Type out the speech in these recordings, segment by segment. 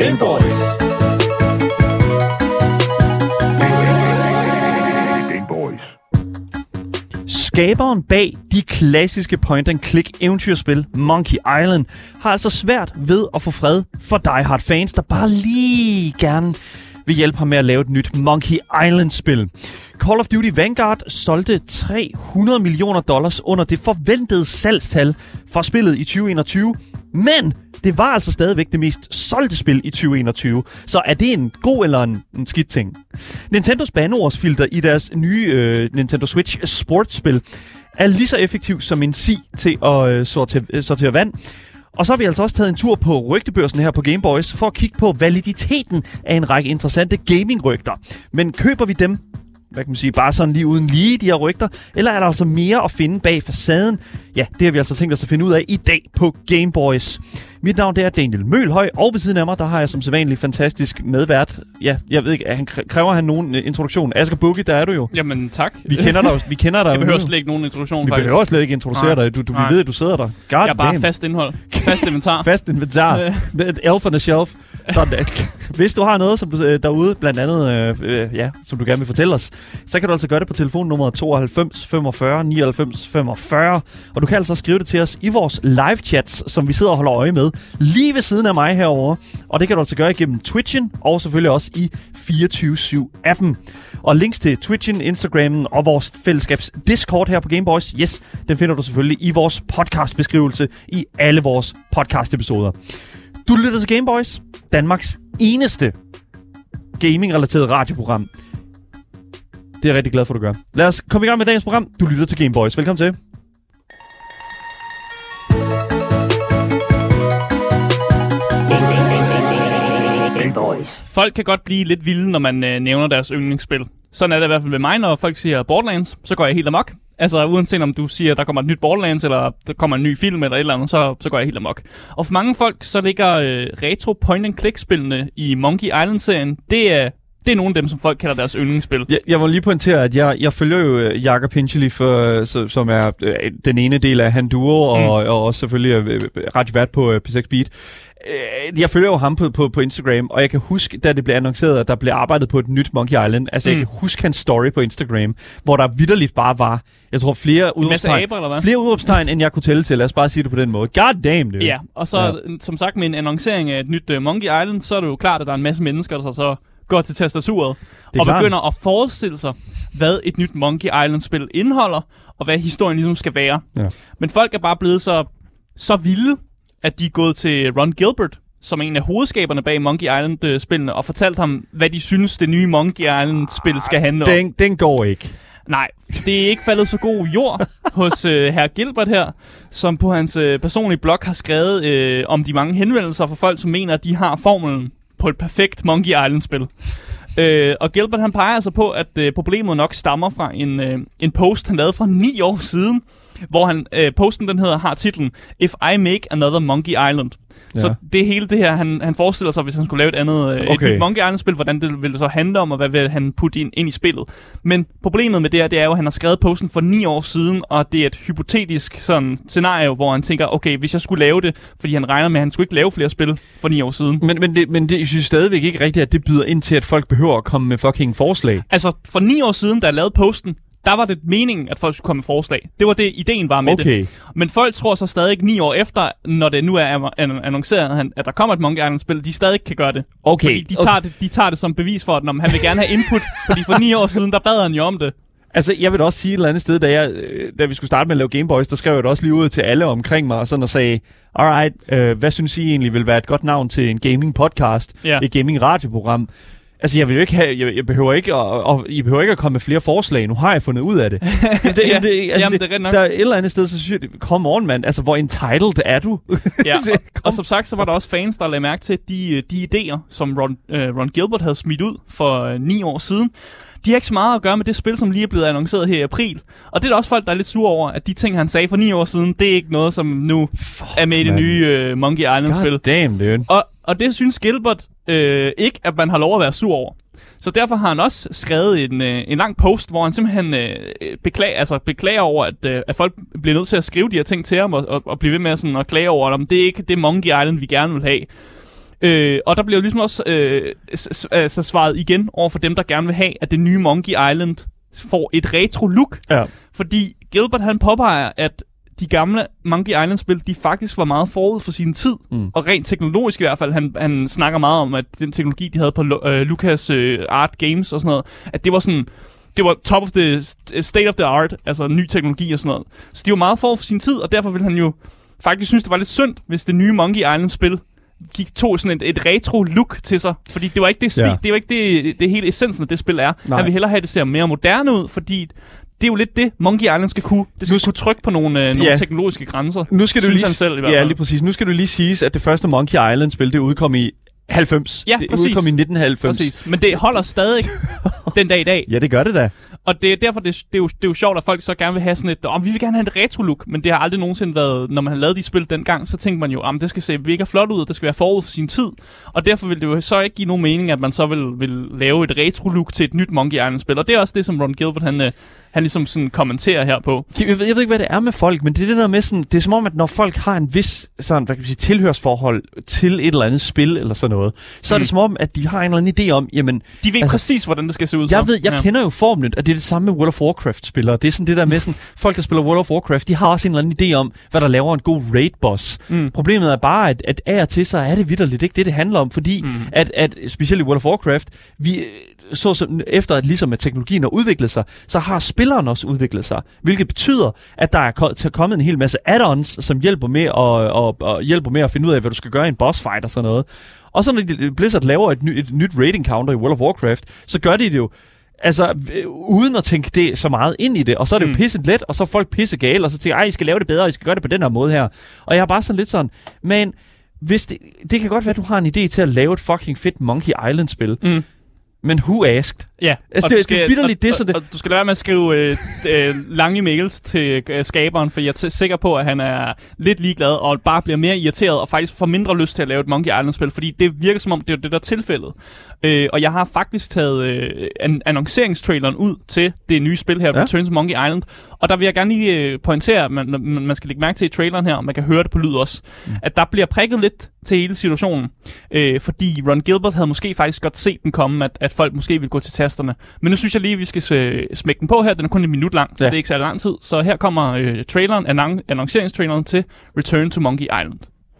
Game Boys. Skaberen bag de klassiske point-and-click eventyrspil Monkey Island har altså svært ved at få fred for Die Hard fans, der bare lige gerne vil hjælpe ham med at lave et nyt Monkey Island-spil. Call of Duty Vanguard solgte $300 millioner under det forventede salgstal for spillet i 2021, men det var altså stadigvæk det mest solgte spil i 2021. Så er det en god eller en skidt ting? Nintendos bandeordsfilter i deres nye Nintendo Switch Sports-spil er lige så effektiv som en si til at sortere vand. Og så har vi altså også taget en tur på rygtebørsen her på Game Boys for at kigge på validiteten af en række interessante gaming-rygter. Men køber vi dem, hvad kan man sige, bare sådan lige uden lige, de her rygter? Eller er der altså mere at finde bag facaden? Ja, det har vi altså tænkt os at finde ud af i dag på Game Boys. Mit navn det er Daniel Mølhøj, og ved siden af mig, der har jeg som sædvanlig fantastisk medvært. Ja, jeg ved ikke, kræver han nogen introduktion? Asger Bugge, der er du jo. Jamen tak. Vi kender dig. Jeg behøver slet ikke nogen introduktion, faktisk. Vi behøver slet ikke introducere dig. Vi ved, at du sidder der. God jeg er bare damn. Fast indhold. Fast inventar. Fast inventar. Elf on the shelf. Sådan. Hvis du har noget som du, derude, blandt andet, som du gerne vil fortælle os, så kan du altså gøre det på telefonnummer 92 45 99 45. Og du kan altså skrive det til os i vores live chats, som vi sidder og holder øje med lige ved siden af mig herovre. Og det kan du altså gøre igennem Twitchen og selvfølgelig også i 24/7-appen. Og links til Twitchen, Instagrammen og vores fællesskabs Discord her på Game Boys, yes, den finder du selvfølgelig i vores podcastbeskrivelse i alle vores podcast-episoder. Du lytter til Game Boys, Danmarks eneste gaming-relateret radioprogram. Det er jeg rigtig glad for, at du gør. Lad os komme i gang med dagens program. Du lytter til Game Boys. Velkommen til. Folk kan godt blive lidt vilde, når man nævner deres yndlingsspil. Sådan er det i hvert fald ved mig, når folk siger Borderlands, så går jeg helt amok. Altså uanset om du siger, der kommer et nyt Borderlands, eller der kommer en ny film eller et eller andet, så går jeg helt amok. Og for mange folk, så ligger retro point-and-click-spillene i Monkey Island-serien, det er nogle af dem, som folk kalder deres yndlingsspil. Jeg må lige pointere, at jeg følger jo Jakob Hinchely, som er den ene del af Handuro, og også selvfølgelig radiovært på P6 Beat. Jeg følger jo ham på Instagram, og jeg kan huske, da det blev annonceret, at der blev arbejdet på et nyt Monkey Island. Altså, jeg kan huske hans story på Instagram, hvor der vitterligt bare var, jeg tror, flere udråbstegn, end jeg kunne tælle til. Lad os bare sige det på den måde. God damn, dude. Ja, og så som sagt med en annoncering af et nyt Monkey Island, så er det jo klart, at der er en masse mennesker, der så går til tastaturet og begynder at forestille sig, hvad et nyt Monkey Island-spil indeholder, og hvad historien ligesom skal være. Ja. Men folk er bare blevet så vilde, at de er gået til Ron Gilbert, som er en af hovedskaberne bag Monkey Island-spillene, og fortalt ham, hvad de synes, det nye Monkey Island-spil skal handle om. Den går ikke. Nej, det er ikke faldet så god jord hos herr Gilbert her, som på hans personlige blog har skrevet om de mange henvendelser fra folk, som mener, at de har formelen på et perfekt Monkey Island-spil. Og Gilbert han peger altså på, at problemet nok stammer fra en post, han lavede for 9 år siden, hvor posten den har titlen If I Make Another Monkey Island. Ja. Så det hele det her, han forestiller sig, hvis han skulle lave et andet et nyt Monkey Island-spil, hvordan det ville så handle om, og hvad vil han putte ind i spillet. Men problemet med det er jo, at han har skrevet posten for 9 år siden, og det er et hypotetisk sådan scenario, hvor han tænker, okay, hvis jeg skulle lave det, fordi han regner med, at han skulle ikke lave flere spil for 9 år siden. Men det synes stadigvæk ikke rigtigt, at det byder ind til, at folk behøver at komme med fucking forslag. Altså, for 9 år siden, da jeg lavede posten, der var det meningen, at folk skulle komme med forslag. Det var det, ideen var med det. Men folk tror så stadig 9 år efter, når det nu er annonceret, at der kommer et Monkey Island-spil, de stadig kan gøre det. Fordi de tager det som bevis for, at han vil gerne have input. Fordi for 9 år siden, der bad han jo om det. Altså, jeg vil også sige et eller andet sted, da vi skulle starte med at lave Game Boys, der skrev jeg det også lige ud til alle omkring mig, og sådan og sagde, alright, hvad synes I egentlig vil være et godt navn til en gaming-podcast, et gaming-radioprogram? Altså, jeg vil jo ikke have, jeg behøver ikke I behøver ikke at komme med flere forslag. Nu har jeg fundet ud af det. Det er ret nok. Der er et eller andet sted, så synes jeg, come on, mand. Altså, hvor entitled er du? Ja, og som sagt, så var der også fans, der lagde mærke til de idéer, som Ron Gilbert havde smidt ud for 9 år siden. De har ikke så meget at gøre med det spil, som lige er blevet annonceret her i april. Og det er der også folk, der er lidt sure over, at de ting, han sagde for 9 år siden, det er ikke noget, som nu er med i det nye Monkey Island-spil. God damn, dude. Og det synes Gilbert ikke, at man har lov at være sur over. Så derfor har han også skrevet en lang post, hvor han simpelthen beklager over, at folk bliver nødt til at skrive de her ting til ham, og blive ved med sådan at klage over dem. Det er ikke det Monkey Island, vi gerne vil have. Og der bliver jo ligesom også så svaret igen over for dem, der gerne vil have, at det nye Monkey Island får et retro-look. Ja. Fordi Gilbert, han påpeger, at de gamle Monkey Island-spil, de faktisk var meget forud for sin tid. Og rent teknologisk i hvert fald. Han snakker meget om, at den teknologi, de havde på Lucas Art Games og sådan noget, at det var sådan... Det var top of the state of the art, altså ny teknologi og sådan noget. Så de var meget forud for sin tid, og derfor ville han jo faktisk synes, det var lidt synd, hvis det nye Monkey Island-spil tog sådan et retro-look til sig. Fordi det var ikke det stil, det var ikke det hele essensen af det spil er. Nej. Han vil hellere have, at det ser mere moderne ud, fordi det er jo lidt det, Monkey Island skal kunne. Det skal kunne trykke på nogle teknologiske grænser. Nu skal du lige, han selv i hvert fald. Ja, lige præcis. Nu skal du lige sige, at det første Monkey Island-spil, det udkom i 90. Ja, det præcis. udkom i 1990. Præcis. Men det holder stadig den dag i dag. Ja, det gør det da. Og det er derfor, det er jo sjovt, at folk så gerne vil have sådan et, vi vil gerne have et retro-look, men det har aldrig nogensinde været, når man har lavet de spil dengang, så tænker man jo, det skal se mega flot ud, og det skal være forud for sin tid. Og derfor vil det jo så ikke give nogen mening, at man så vil lave et retro-look til et nyt Monkey Island-spil. Og det er også det, som Ron Gilbert, han ligesom sådan kommenterer her på. Jeg ved ikke, hvad det er med folk, men det er det der med sådan, det er som om, at når folk har en vis sådan, hvad kan man sige, tilhørsforhold til et eller andet spil eller sådan noget, så er det som om, at de har en eller anden idé om, jamen... De ved præcis, hvordan det skal se ud. Jeg kender jo formlen, at det er det samme med World of Warcraft-spillere. Det er sådan det der med sådan, folk, der spiller World of Warcraft, de har også en eller anden idé om, hvad der laver en god raid-boss. Problemet er bare, at af og til, så er det vitterligt ikke det handler om, fordi at specielt i World of Warcraft, efter at ligesom at teknologien har udviklet sig, så har spilleren også udviklet sig, hvilket betyder, at der er kommet en hel masse add-ons, som hjælper med at finde ud af, hvad du skal gøre i en boss fight og sådan noget. Og så når Blizzard laver et nyt rating counter i World of Warcraft, så gør de det jo altså uden at tænke det så meget ind i det, og så er det jo pisset let, og så er folk pisse gale, og så tænker I skal lave det bedre, I skal gøre det på den her måde her. Og jeg har bare sådan lidt sådan, men hvis det kan godt være, at du har en idé til at lave et fucking fedt Monkey Island-spil, men who asked? Ja, altså, og du skal lade være med at skrive lange mails til skaberen, for jeg er sikker på, at han er lidt ligeglad og bare bliver mere irriteret og faktisk får mindre lyst til at lave et Monkey Island-spil, fordi det virker som om, det er det der tilfældet. Og jeg har faktisk taget annonceringstraileren ud til det nye spil her, Return to Monkey Island, og der vil jeg gerne lige pointere, at man skal lægge mærke til i traileren her, og man kan høre det på lyd også, at der bliver prikket lidt til hele situationen, fordi Ron Gilbert havde måske faktisk godt set den komme, at folk måske ville gå til tasterne. Men nu synes jeg lige, at vi skal smække den på her. Den er kun 1 minut lang, så det er ikke så lang tid. Så her kommer traileren, annonceringstraileren til Return to Monkey Island.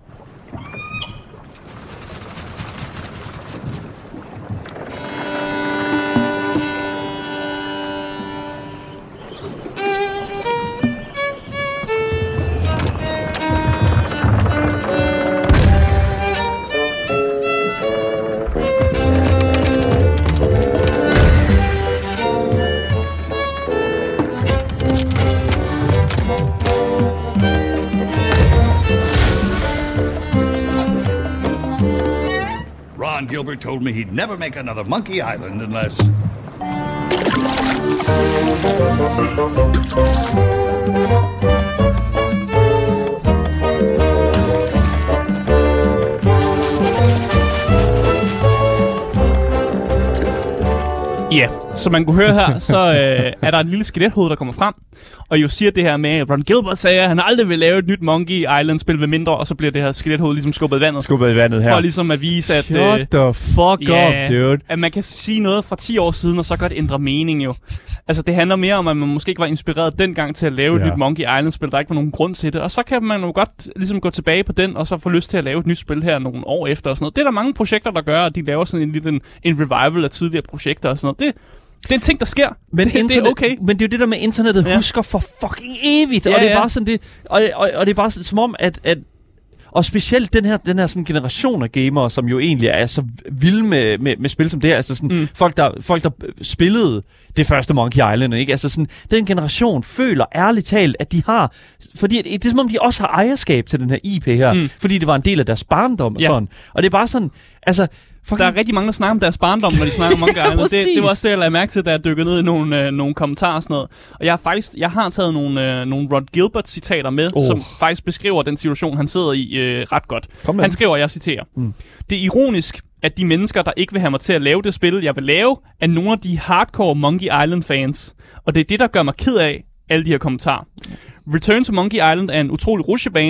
Gilbert told me he'd never make another Monkey Island unless... Ja, som man kunne høre her, så er der et lille skelethoved, der kommer frem, og jo siger det her med, at Ron Gilbert sagde, at han aldrig vil lave et nyt Monkey Island-spil ved mindre, og så bliver det her skelethoved ligesom skubbet i vandet. Skubbet i vandet her. For ligesom at vise, at... Shut the fuck up, dude. At man kan sige noget fra 10 år siden, og så godt ændre mening jo. Altså, det handler mere om, at man måske ikke var inspireret dengang til at lave et nyt Monkey Island-spil. Der ikke var nogen grund til det. Og så kan man jo godt ligesom gå tilbage på den, og så få lyst til at lave et nyt spil her nogle år efter og sådan noget. Det er der mange projekter, der gør, at de laver sådan en revival af tidligere projekter og sådan noget. Det er en ting, der sker. Men det er okay. Men det er jo det der med internettet husker for fucking evigt. Og det er bare sådan det. Og det er bare sådan, som om, at og specielt den her sådan generation af gamere, som jo egentlig er så vilde med spil som det her. Altså sådan folk der spillede det første Monkey Island, ikke? Altså sådan, den generation føler ærligt talt, at de har... Fordi det er som om, de også har ejerskab til den her IP her. Fordi det var en del af deres barndom og sådan. Og det er bare sådan... Altså, der er rigtig mange, der snakker om deres barndom, når de snakker om Monkey Island. Det var også det, jeg lagde mærke til, da jeg dykkede ned i nogle kommentarer og sådan noget. Og jeg har taget nogle Ron Gilbert-citater med, som faktisk beskriver den situation, han sidder i ret godt. Han skriver, og jeg citerer: Det er ironisk, at de mennesker, der ikke vil have mig til at lave det spil, jeg vil lave, er nogle af de hardcore Monkey Island-fans. Og det er det, der gør mig ked af alle de her kommentarer. Return to Monkey Island er en utrolig rutsjebane,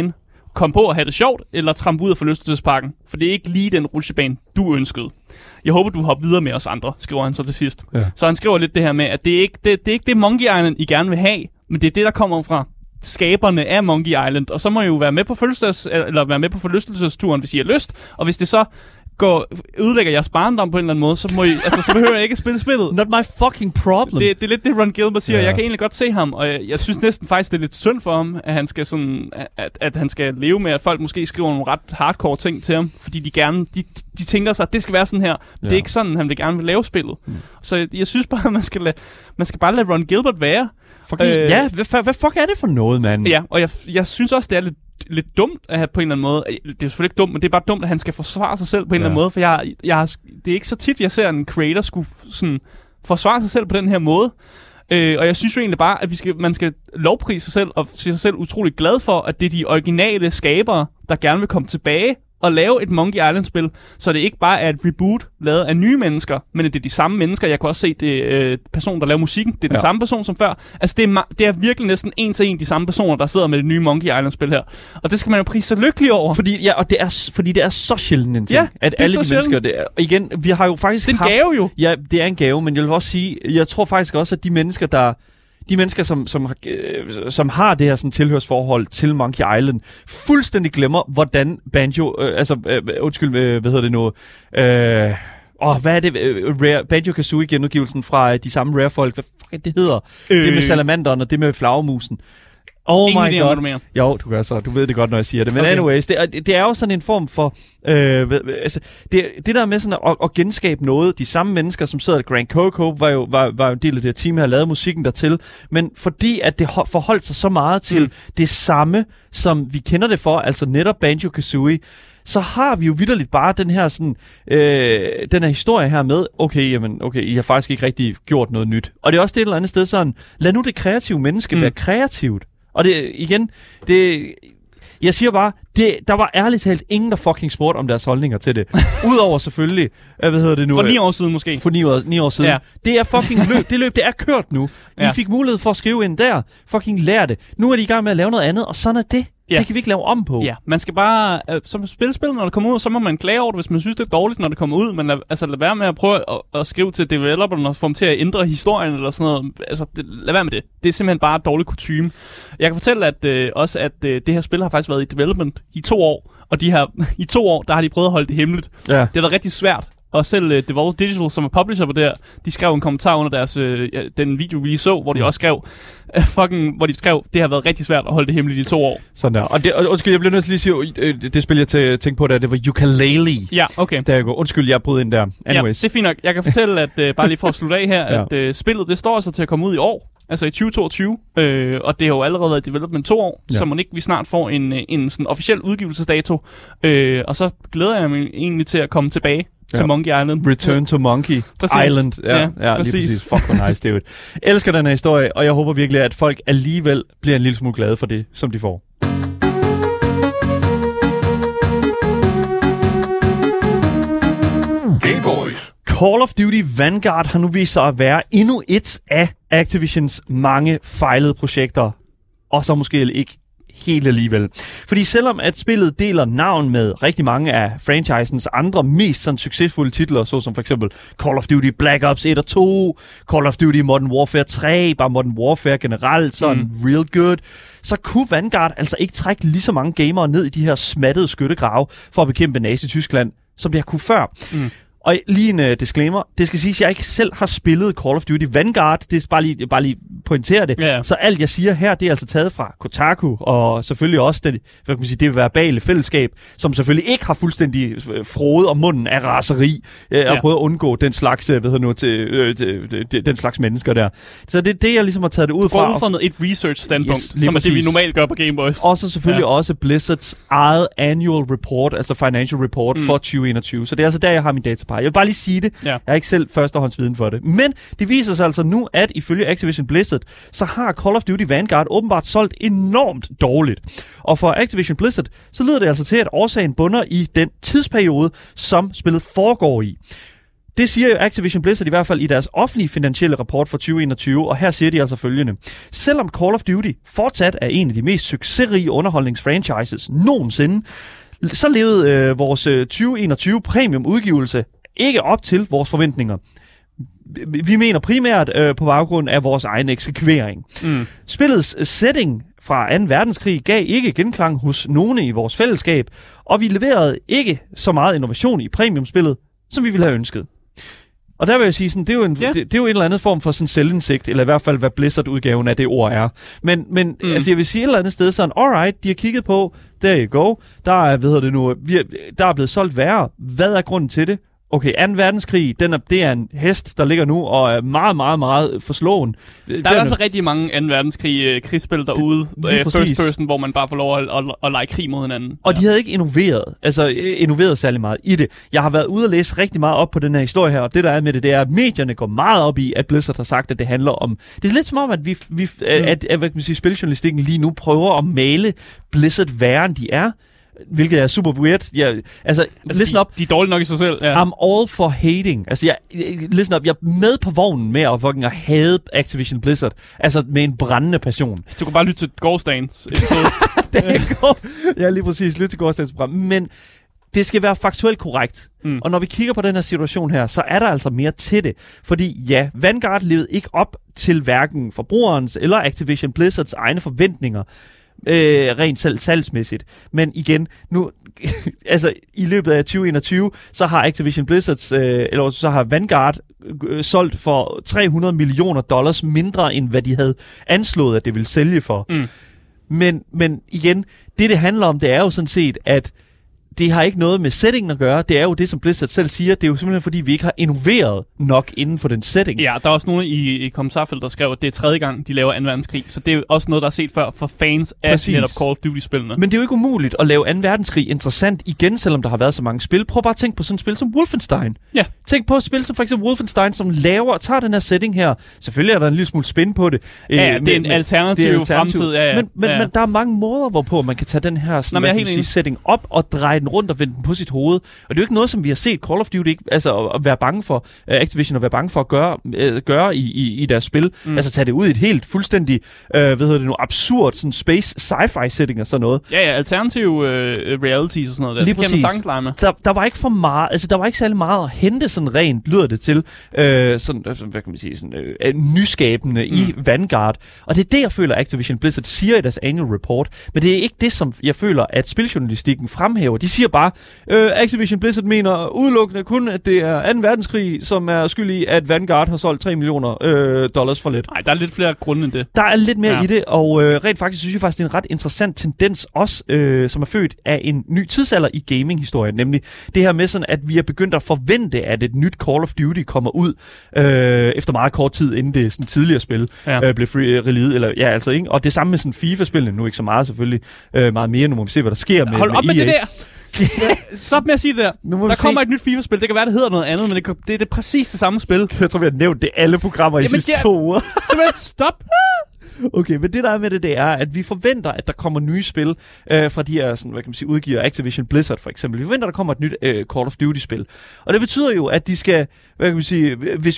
komme på at have det sjovt, eller trampe ud af forlystelsesparken. For det er ikke lige den rutsjebane, du ønskede. Jeg håber, du hopper videre med os andre, skriver han så til sidst. Ja. Så han skriver lidt det her med, at det er ikke det Monkey Island, I gerne vil have, men det er det, der kommer fra skaberne af Monkey Island. Og så må I jo være med på forlystelsesturen, hvis I har lyst. Og hvis det så ødelægger jeres barndom på en eller anden måde, så behøver jeg ikke spille spillet. Not my fucking problem. Det er lidt det, Ron Gilbert siger. Yeah. Jeg kan egentlig godt se ham, og jeg synes næsten faktisk, det er lidt synd for ham, at han skal at han skal leve med, at folk måske skriver nogle ret hardcore ting til ham, fordi de tænker sig, at det skal være sådan her. Det er ikke sådan, han gerne vil lave spillet. Så jeg synes bare, at man skal bare lade Ron Gilbert være. Hvad fuck er det for noget, mand? Ja, og jeg synes også, det er lidt dumt at have på en eller anden måde. Det er selvfølgelig ikke dumt, men det er bare dumt, at han skal forsvare sig selv på en eller anden måde, for det er ikke så tit, jeg ser en creator skulle sådan forsvare sig selv på den her måde. Og jeg synes jo egentlig bare, at man skal lovprise sig selv og se sig selv utrolig glad for, at det er de originale skabere, der gerne vil komme tilbage og lave et Monkey Island-spil, så det ikke bare er et reboot lavet af nye mennesker, men det er de samme mennesker. Jeg kan også se, det person, der laver musikken, det er den samme person som før. Altså, det er virkelig næsten en til en de samme personer, der sidder med det nye Monkey Island-spil her. Og det skal man jo prise sig lykkelig over. Fordi det er så sjældent en ting, at alle de mennesker... Igen, vi har jo faktisk haft... Det er en gave jo. Ja, det er en gave, men jeg vil også sige, jeg tror faktisk også, at de mennesker, som har det her sådan tilhørsforhold til Monkey Island, fuldstændig glemmer, hvordan Banjo... hvad hedder det nu? Hvad er det? Banjo-Kazooie genudgivelsen fra de samme Rare-folk. Hvad fuck det hedder? Det med salamanderen og det med flagermusen. Oh ingen my god. Jo, du gør så. Du ved det godt, når jeg siger det. Men anyways, det er jo sådan en form for... det der med sådan at genskabe noget. De samme mennesker, som sidder i Grand Coco, var jo en del af det her team, der lavede musikken dertil. Men fordi at det forholdt sig så meget til det samme, som vi kender det for, altså netop Banjo-Kazooie, så har vi jo vitterligt bare den her sådan, den her historie her med, okay, I har faktisk ikke rigtig gjort noget nyt. Og det er også det et eller andet sted sådan, lad nu det kreative menneske være kreativt. Og det, igen, jeg siger bare, der var ærligt talt ingen, der fucking spurgte om deres holdninger til det. Udover selvfølgelig, hvad hedder det nu? For 9 år siden måske. For 9 år siden. Ja. Det er fucking løb, det er kørt nu. I fik mulighed for at skrive ind der. Fucking lær det. Nu er de i gang med at lave noget andet, og sådan er det. Ja. Det kan vi ikke lave om på. Ja, man skal bare som spille, når det kommer ud, så må man klage over det, hvis man synes, det er dårligt, når det kommer ud. Men lad være med at prøve at skrive til developerne og få dem til at ændre historien eller sådan noget. Altså, lad være med det. Det er simpelthen bare et dårligt kutyme. Jeg kan fortælle at det her spil har faktisk været i development i 2 år. Og i 2 år, der har de prøvet at holde det hemmeligt. Ja. Det har været rigtig svært. Og selv Devolver Digital, som er publisher på det her, de skrev en kommentar under deres den video, vi lige så, hvor de også skrev, hvor de skrev, det har været rigtig svært at holde det hemmeligt i 2 år. Sådan der. Og undskyld, jeg bliver nødt til lige at sige, det spil, jeg tænkte på, det var Yooka-Laylee. Ja, okay. Der jeg går. Undskyld, jeg brød ind der. Anyways. Ja, det er fint nok. Jeg kan fortælle, at bare lige for at slutte af her, at spillet, det står altså til at komme ud i år. Altså i 2022, og det har jo allerede været i development 2 år, så må ikke vi snart får en sådan officiel udgivelsesdato. Og så glæder jeg mig egentlig til at komme tilbage til Monkey Island. Return to Monkey Island. Ja, præcis. Lige præcis. Fuck, hvor nice, David. Elsker den her historie, og jeg håber virkelig, at folk alligevel bliver en lille smule glade for det, som de får. Call of Duty Vanguard har nu vist sig at være endnu et af Activisions mange fejlede projekter, og så måske ikke helt alligevel. Fordi selvom at spillet deler navn med rigtig mange af franchisens andre mest sådan succesfulde titler, såsom for eksempel Call of Duty Black Ops 1 og 2, Call of Duty Modern Warfare 3, bare Modern Warfare generelt, sådan real good, så kunne Vanguard altså ikke trække lige så mange gamere ned i de her smattede skyttegrave for at bekæmpe Nazi-Tyskland, som det har kunne før. Og lige en disclaimer. Det skal siges, at jeg ikke selv har spillet Call of Duty Vanguard. Det er bare lige pointere det. Yeah. Så alt, jeg siger her, det er altså taget fra Kotaku, og selvfølgelig også det verbale fællesskab, som selvfølgelig ikke har fuldstændig frodet om munden af raseri, og prøvet at undgå den slags, den slags mennesker der. Så det er det, jeg ligesom har taget det ud fra. Gå ud fra et research-standpunkt, som er det, vi normalt gør på Game Boys. Og så selvfølgelig også Blizzards eget annual report, altså financial report for 2021. Så det er altså der, jeg har min data. Jeg vil bare lige sige det. Jeg er ikke selv førstehåndsviden for det. Men det viser sig altså nu, at ifølge Activision Blizzard, så har Call of Duty Vanguard åbenbart solgt enormt dårligt. Og for Activision Blizzard, så lyder det altså til, at årsagen bunder i den tidsperiode, som spillet foregår i. Det siger Activision Blizzard i hvert fald i deres offentlige finansielle rapport for 2021, og her siger de altså følgende. Selvom Call of Duty fortsat er en af de mest succesrige underholdningsfranchises nogensinde, så levede vores 2021 premium-udgivelse ikke op til vores forventninger. Vi mener primært på baggrund af vores egen eksekvering. Spillets setting fra 2. verdenskrig gav ikke genklang hos nogen i vores fællesskab, og vi leverede ikke så meget innovation i premiumspillet, som vi ville have ønsket. Og der vil jeg sige, sådan, det er jo en eller anden form for sådan selvindsigt, eller i hvert fald, hvad Blizzard-udgaven af det ord er. Men altså, jeg vil sige et eller andet sted sådan, alright, de har kigget på, there you go, der er blevet solgt værre. Hvad er grunden til det? Okay, 2. verdenskrig, det er en hest, der ligger nu og er meget, meget, meget forslåen. Der er i hvert fald rigtig mange 2. verdenskrig krigsspil derude, first person, hvor man bare får lov at lege krig mod hinanden. Og de havde ikke innoveret særlig meget i det. Jeg har været ude og læse rigtig meget op på den her historie her, og det der er med det, det er, at medierne går meget op i, at Blizzard har sagt, at det handler om... Det er lidt som om, at hvad kan man sige, spiljournalistikken lige nu prøver at male Blizzard værre, end de er. Hvilket er super weird. Listen up. De er dårlige nok i sig selv. Ja. I'm all for hating. Listen up. Jeg er med på vognen med at fucking hade Activision Blizzard. Altså med en brændende passion. Du kan bare lytte til Gårdstans. Det går. Ja, lige præcis. Lytte til Gårdstans program. Men det skal være faktuelt korrekt. Og når vi kigger på den her situation her, så er der altså mere til det. Fordi ja, Vanguard levede ikke op til hverken forbrugerens eller Activision Blizzards egne forventninger. Rent salgsmæssigt. Men igen, nu altså i løbet af 2021, så har Activision Blizzards, eller så har Vanguard solgt for $300 million mindre, end hvad de havde anslået, at det ville sælge for. Men igen, det handler om, det er jo sådan set, at det har ikke noget med settingen at gøre. Det er jo det, som Blizzard selv siger. Det er jo simpelthen, fordi vi ikke har innoveret nok inden for den setting. Ja, der er også nogen i kommentarfeltet, der skrev, at det er 3. gang, de laver 2. verdenskrig. Så det er jo også noget, der er set før for fans af netop Call of Duty-spillene. Men det er jo ikke umuligt at lave 2. verdenskrig interessant igen, selvom der har været så mange spil. Prøv bare at tænke på sådan et spil som Wolfenstein. Ja. Tænk på et spil som for eksempel Wolfenstein, som tager den her setting her. Selvfølgelig er der en lille smule spin på det. Ja, det er en alternativ fremtid. Ja. Men der er mange måder, hvorpå man kan tage den her sådan, setting op og dreje den rundt og vende den på sit hoved. Og det er jo ikke noget, som vi har set Call of Duty ikke, altså at være bange for, Activision at være bange for at gøre i deres spil. Altså tage det ud i et helt fuldstændig, absurd sådan space sci-fi setting og sådan noget. Ja, alternative realities og sådan noget der. Lige præcis. Der var ikke for meget, altså der var ikke særlig meget at hente sådan rent, lyder det til, sådan, hvad kan man sige, sådan nyskabende i Vanguard. Og det er det, jeg føler, Activision Blizzard siger i deres annual report. Men det er ikke det, som jeg føler, at spiljournalistikken fremhæver. De siger bare, Activision Blizzard mener udelukkende kun, at det er 2. verdenskrig, som er skyld i, at Vanguard har solgt $3 million for lidt. Nej, der er lidt flere grunde end det. Der er lidt mere i det, og rent faktisk synes jeg faktisk, det er en ret interessant tendens også, som er født af en ny tidsalder i gaming-historien, nemlig det her med sådan, at vi er begyndt at forvente, at et nyt Call of Duty kommer ud efter meget kort tid, inden det sådan tidligere spil blev released, eller ja, altså ikke. Og det samme med sådan FIFA-spillene, nu ikke så meget selvfølgelig, meget mere, nu må vi se, hvad der sker med hold op med EA. det der! Stop med at sige det der. Der kommer et nyt FIFA-spil. Det kan være, det hedder noget andet, men det er det præcis det samme spil. Jeg tror, vi har nævnt det alle programmer i sidste 2 uger. Simpelthen stop! Okay, men det der er med det er, at vi forventer, at der kommer nye spil fra de her, sådan, hvad kan man sige, udgiver Activision Blizzard for eksempel. Vi forventer, at der kommer et nyt Call of Duty-spil. Og det betyder jo, at de skal, hvad kan man sige,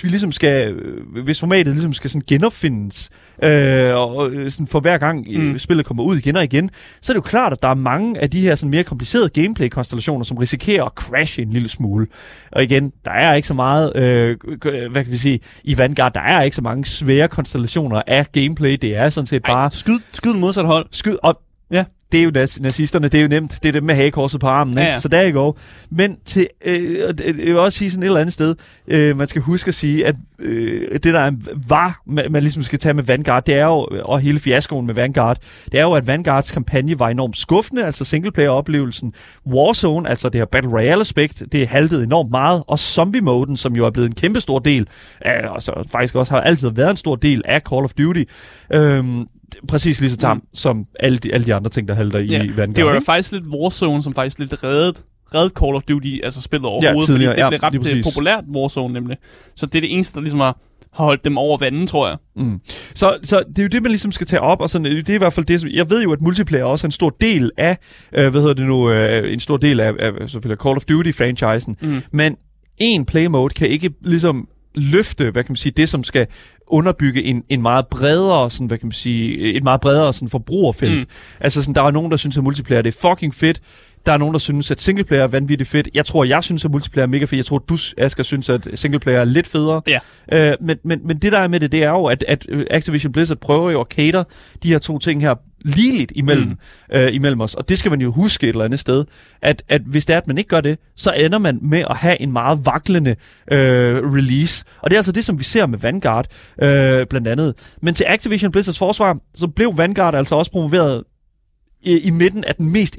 hvis formatet ligesom skal sådan genopfindes, og sådan for hver gang spillet kommer ud igen og igen, så er det jo klart, at der er mange af de her sådan mere komplicerede gameplay-konstellationer, som risikerer at crashe en lille smule. Og igen, der er ikke så meget, hvad kan vi sige, i Vanguard, der er ikke så mange svære konstellationer af gameplay. Det er sådan set bare... Skyd modsat hold. Skyd op. Ja. Det er jo nazisterne, det er jo nemt. Det er dem med hagekorset på armen, ikke? Ja. Så der er go. Men til, jeg vil også sige sådan et eller andet sted, man skal huske at sige, at det der man ligesom skal tage med Vanguard, det er jo, og hele fiaskoen med Vanguard, det er jo, at Vanguards kampagne var enormt skuffende, altså singleplayer-oplevelsen. Warzone, altså det her Battle Royale-aspekt, det haltede enormt meget, og zombie-moden, som jo er blevet en kæmpe stor del, altså faktisk også har altid været en stor del af Call of Duty, præcis lige så tam som alle de andre ting, der halter i Vanguard. Det var jo faktisk lidt Warzone, som faktisk lidt reddet Call of Duty, altså spillet overhovedet, fordi det blev ret populært Warzone nemlig. Så det er det eneste, der ligesom har holdt dem over vandet, tror jeg. Så det er jo det, man ligesom skal tage op, og sådan, det er i hvert fald det, som, jeg ved jo, at multiplayer også er en stor del af, en stor del af selvfølgelig Call of Duty-franchisen, men en play mode kan ikke ligesom løfte, hvad kan man sige, det som skal underbygge en meget bredere, sådan, hvad kan man sige, et meget bredere sådan forbrugerfelt. Altså sådan, der er nogen, der synes, at multiplayer det er fucking fedt. Der er nogen, der synes, at singleplayer er vanvittigt fedt. Jeg synes, at multiplayer er mega fedt. Jeg tror, du, Asger, synes, at singleplayer er lidt federe. Ja. Men det, der er med det er jo, at Activision Blizzard prøver jo at cater de her to ting her ligeligt imellem os. Og det skal man jo huske et eller andet sted, at hvis det er, at man ikke gør det, så ender man med at have en meget vaklende release. Og det er altså det, som vi ser med Vanguard, blandt andet. Men til Activision Blizzards forsvar, så blev Vanguard altså også promoveret i midten af de mest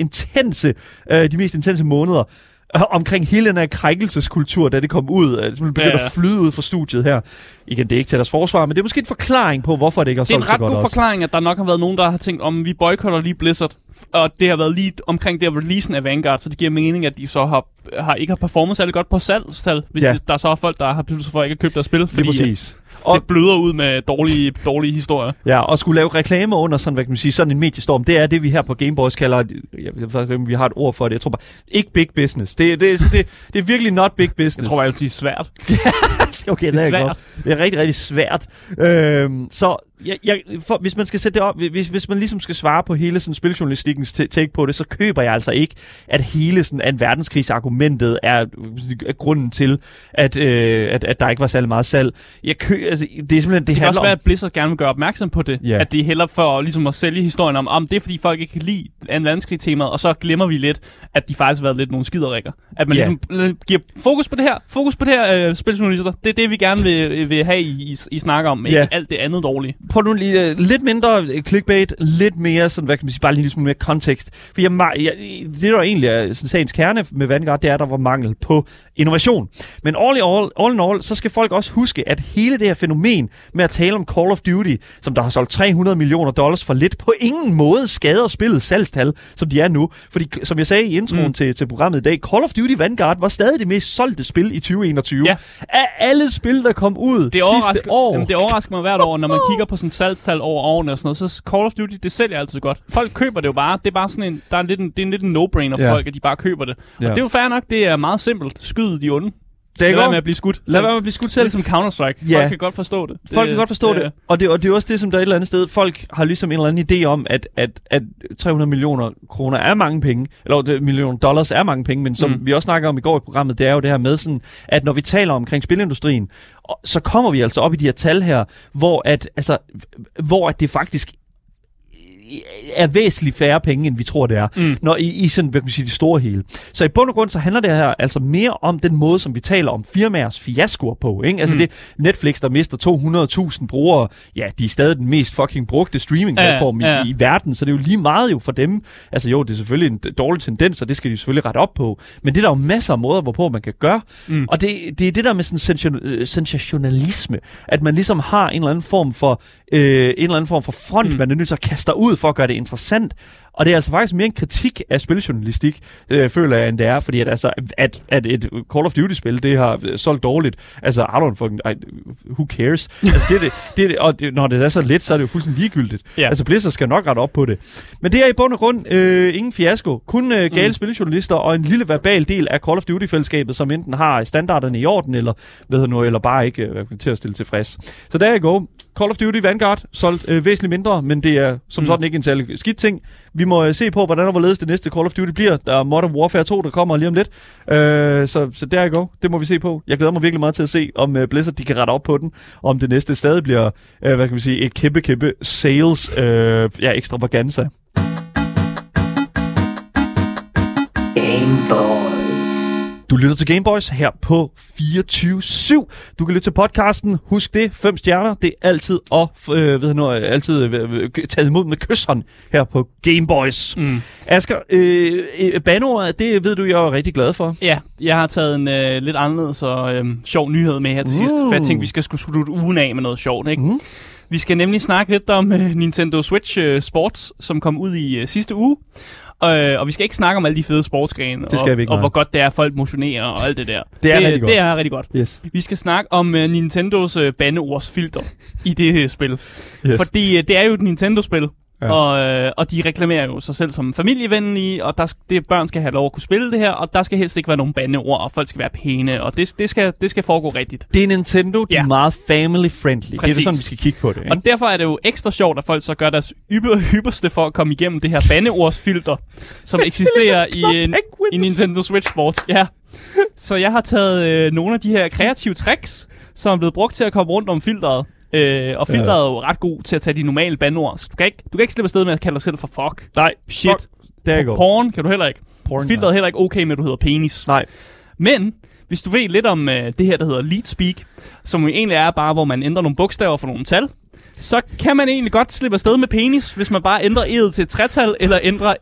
intense måneder omkring hele den her krænkelseskultur, da det kom ud. Det begyndte at flyde ud fra studiet her. Igen, det er ikke til deres forsvar, men det er måske en forklaring på, hvorfor det ikke har solgt så godt. Det er en ret god forklaring, at der nok har været nogen, der har tænkt, om vi boykotter lige Blizzard, og det har været lige omkring det releasen af Vanguard, så det giver mening, at de så ikke har performet særlig godt på salgstal, hvis der så er folk, der har besluttet sig for ikke at købe deres spil, fordi det bløder ud med dårlige historier. Ja, og skulle lave reklame under sådan, hvad kan man sige, sådan en mediestorm, det er det, vi her på Gameboys kalder, vi har et ord for det, jeg tror bare, ikke big business. Det er virkelig not big business. Jeg tror bare, det er svært. Okay, det er svært. Det er rigtig, rigtig svært. Så hvis man skal sætte det op, hvis man ligesom skal svare på hele sådan spiljournalistikkens take på det, så køber jeg altså ikke, at hele sådan en verdenskrigsargumentet er grunden til, at der ikke var særlig meget salg. Det er simpelthen det kan også være, at Blizzard gerne vil gøre opmærksom på det. Yeah. At det er hellere for ligesom at sælge historien om det er fordi folk ikke kan lide 2. verdenskrig-temaet, og så glemmer vi lidt, at de faktisk har været lidt nogle skiderikker. At man ligesom giver fokus på det her spiljournalister. Det er det, vi gerne vil have I snakker om, ikke alt det andet dårlige. På nogle lidt mindre clickbait, lidt mere sådan, hvad kan man sige, bare lige lidt mere kontekst. For det der egentlig er sådan sagens kerne med Vanguard, det er, at der var mangel på innovation. Men all in all, så skal folk også huske, at hele det her fænomen med at tale om Call of Duty, som der har solgt $300 million for lidt, på ingen måde skader spillets salgstal, som de er nu. Fordi, som jeg sagde i introen til programmet i dag, Call of Duty Vanguard var stadig det mest solgte spil i 2021. Ja. Af alle spil, der kom ud sidste år. Jamen, det overrasker mig hvert år, når man kigger på sådan salgstal over årene og sådan noget, så Call of Duty, det sælger altid godt. Folk køber det jo bare. Det er bare sådan det er lidt en no-brainer for folk, at de bare køber det. Og det er jo fair nok, det er meget simpelt. Skyd de onde. Lad være med at blive skudt. Lad være med at blive skudt selv. Ligesom Counter-Strike. Folk kan godt forstå det. Folk kan godt forstå det. Og det er også det, som der er et eller andet sted. Folk har ligesom en eller anden idé om, at 300 millioner kroner er mange penge. Eller millioner dollars er mange penge. Men som vi også snakker om i går i programmet, det er jo det her med sådan, at når vi taler omkring spilindustrien, så kommer vi altså op i de her tal her, hvor at det faktisk er væsentligt færre penge, end vi tror, det er, når i sådan, hvad kan man sige, det store hele. Så i bund og grund, så handler det her altså mere om den måde, som vi taler om firmaers fiaskoer på, ikke? Altså det Netflix, der mister 200.000 brugere, ja, de er stadig den mest fucking brugte streaming-platform i verden, så det er jo lige meget jo for dem. Altså jo, det er selvfølgelig en dårlig tendens, og det skal de selvfølgelig rette op på, men det er der jo masser af måder, hvorpå man kan gøre. Og det er det der med sådan sensationalisme, at man ligesom har en eller anden form for front, man er nødt til at kaste ud for at gøre det interessant. Og det er altså faktisk mere en kritik af spiljournalistik, føler jeg, end det er, fordi at et Call of Duty-spil, det har solgt dårligt. Altså, who cares? Altså, når det er så let, så er det jo fuldstændig ligegyldigt. Yeah. Altså, Blizzard skal nok rette op på det. Men det er i bund og grund ingen fiasko. Kun gale spiljournalister og en lille verbal del af Call of Duty-fællesskabet, som enten har standarderne i orden, eller bare ikke til at stille tilfreds. Så der er go. Call of Duty Vanguard solgt væsentligt mindre, men det er som sådan ikke en særlig skidt ting. Vi må se på, hvordan og hvorledes det næste Call of Duty bliver. Der er Modern Warfare 2, der kommer lige om lidt. Så der er go. Det må vi se på. Jeg glæder mig virkelig meget til at se, om Blizzard de kan rette op på den. Om det næste stadig bliver, hvad kan man sige, et kæmpe sales ekstravaganza. Du lytter til Gameboys her på 24/7. Du kan lytte til podcasten. Husk det, 5 stjerner. Det er altid taget imod med kysseren her på Gameboys. Asger, bandeordet, det ved du, jeg er rigtig glad for. Ja, jeg har taget en lidt anderledes og sjov nyhed med her til sidst. For jeg tænkte, vi skal slutte ugen af med noget sjovt, ikke? Vi skal nemlig snakke lidt om Nintendo Switch Sports, som kom ud i sidste uge. Og vi skal ikke snakke om alle de fede sportsgrene, og hvor godt det er, at folk motionerer og alt det der. Det er rigtig godt. Yes. Vi skal snakke om Nintendos bandeordsfilter i det her spil. Yes. Fordi det er jo et Nintendo-spil, Og de reklamerer jo sig selv som familievenlige, og børn skal have lov at kunne spille det her, og der skal helst ikke være nogen bandeord, og folk skal være pæne, og det skal foregå rigtigt. Det er Nintendo, de er meget family-friendly. Præcis. Det er sådan, vi skal kigge på det. Ikke? Og derfor er det jo ekstra sjovt, at folk så gør deres hypperste for at komme igennem det her bandeordsfilter, som eksisterer i Nintendo Switch Sports. Ja. Så jeg har taget nogle af de her kreative tricks, som er blevet brugt til at komme rundt om filteret. Og filteret er jo ret god til at tage de normale bandord. Så du kan ikke slippe afsted med at kalde dig selv for fuck. Nej, shit. Fuck. Porn kan du heller ikke. Porn, filteret er heller ikke okay med, at du hedder penis. Nej. Men hvis du ved lidt om det her, der hedder lead speak, som jo egentlig er bare, hvor man ændrer nogle bogstaver for nogle tal, så kan man egentlig godt slippe afsted med penis, hvis man bare ændrer i'et til et tretal, eller ændrer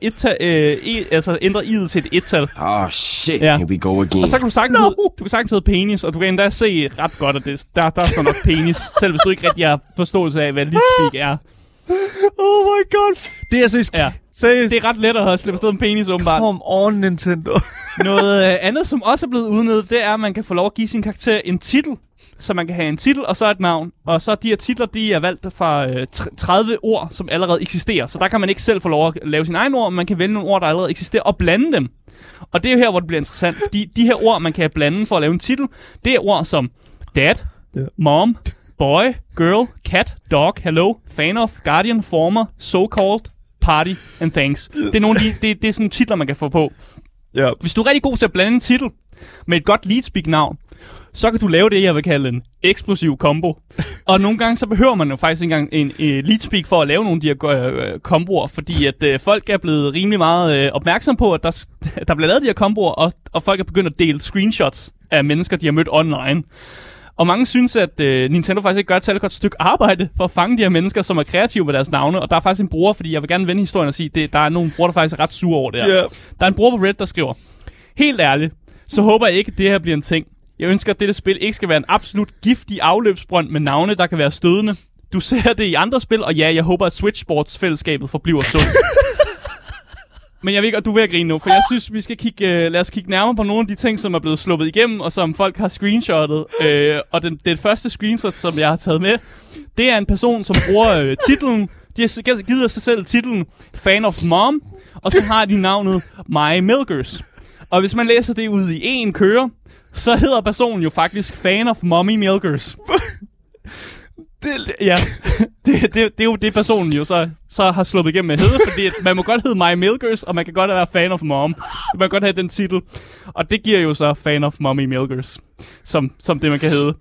i'et til et ettal. Oh shit, here we go again. Og så kan du sagtens hedde penis, og du kan endda se ret godt, at der står nok penis, selv hvis du ikke rigtig har forståelse af, hvad leadspeak er. Oh my god. Det er seriøst. Ja. Det er ret let at slippe afsted med penis, åbenbart. Come on, Nintendo. Noget andet, som også er blevet udnyttet, det er, at man kan få lov at give sin karakter en titel. Så man kan have en titel, og så et navn. Og så de her titler, de er valgt fra 30 ord, som allerede eksisterer. Så der kan man ikke selv få lov at lave sin egen ord, men man kan vælge nogle ord, der allerede eksisterer, og blande dem. Og det er jo her, hvor det bliver interessant. Fordi de her ord, man kan blande for at lave en titel, det er ord som dad, mom, boy, girl, cat, dog, hello, fan of, guardian, former, so-called, party and thanks. Det er nogle af det er sådan titler, man kan få på. Yeah. Hvis du er rigtig god til at blande en titel med et godt leadspeak-navn, så kan du lave det, jeg vil kalde en eksplosiv combo. Og nogle gange, så behøver man jo faktisk ikke engang en leadspeak for at lave nogle af de her komboer, fordi at folk er blevet rimelig meget opmærksom på, at der bliver lavet de her komboer, og folk er begyndt at dele screenshots af mennesker, de har mødt online. Og mange synes, at Nintendo faktisk ikke gør et særligt godt stykke arbejde for at fange de her mennesker, som er kreative med deres navne. Og der er faktisk en bruger, fordi jeg vil gerne vende historien og sige, der er nogle bruger, der faktisk er ret sure over det her. Yeah. Der er en bruger på Reddit, der skriver, helt ærligt, så håber jeg ikke, at det her bliver en ting. Jeg ønsker, at dette spil ikke skal være en absolut giftig afløbsbrønd med navne, der kan være stødende. Du ser det i andre spil, og ja, jeg håber, at Switch Sports-fællesskabet forbliver sundt. Men jeg ved ikke, og du vil grine nu, for jeg synes, vi skal lad os kigge nærmere på nogle af de ting, som er blevet sluppet igennem, og som folk har screenshottet. Og det første screenshot, som jeg har taget med, det er en person, som bruger titlen. De har givet sig selv titlen Fan of Mom, og så har de navnet My Milkers. Og hvis man læser det ud i en køre, så hedder personen jo faktisk Fan of Mommy Milkers. Det er jo det, personen jo så har sluppet igennem med at hedde, fordi man må godt hedde My Milkers, og man kan godt være Fan of Mom. Man kan godt have den titel. Og det giver jo så Fan of Mommy Milkers, som det, man kan hedde.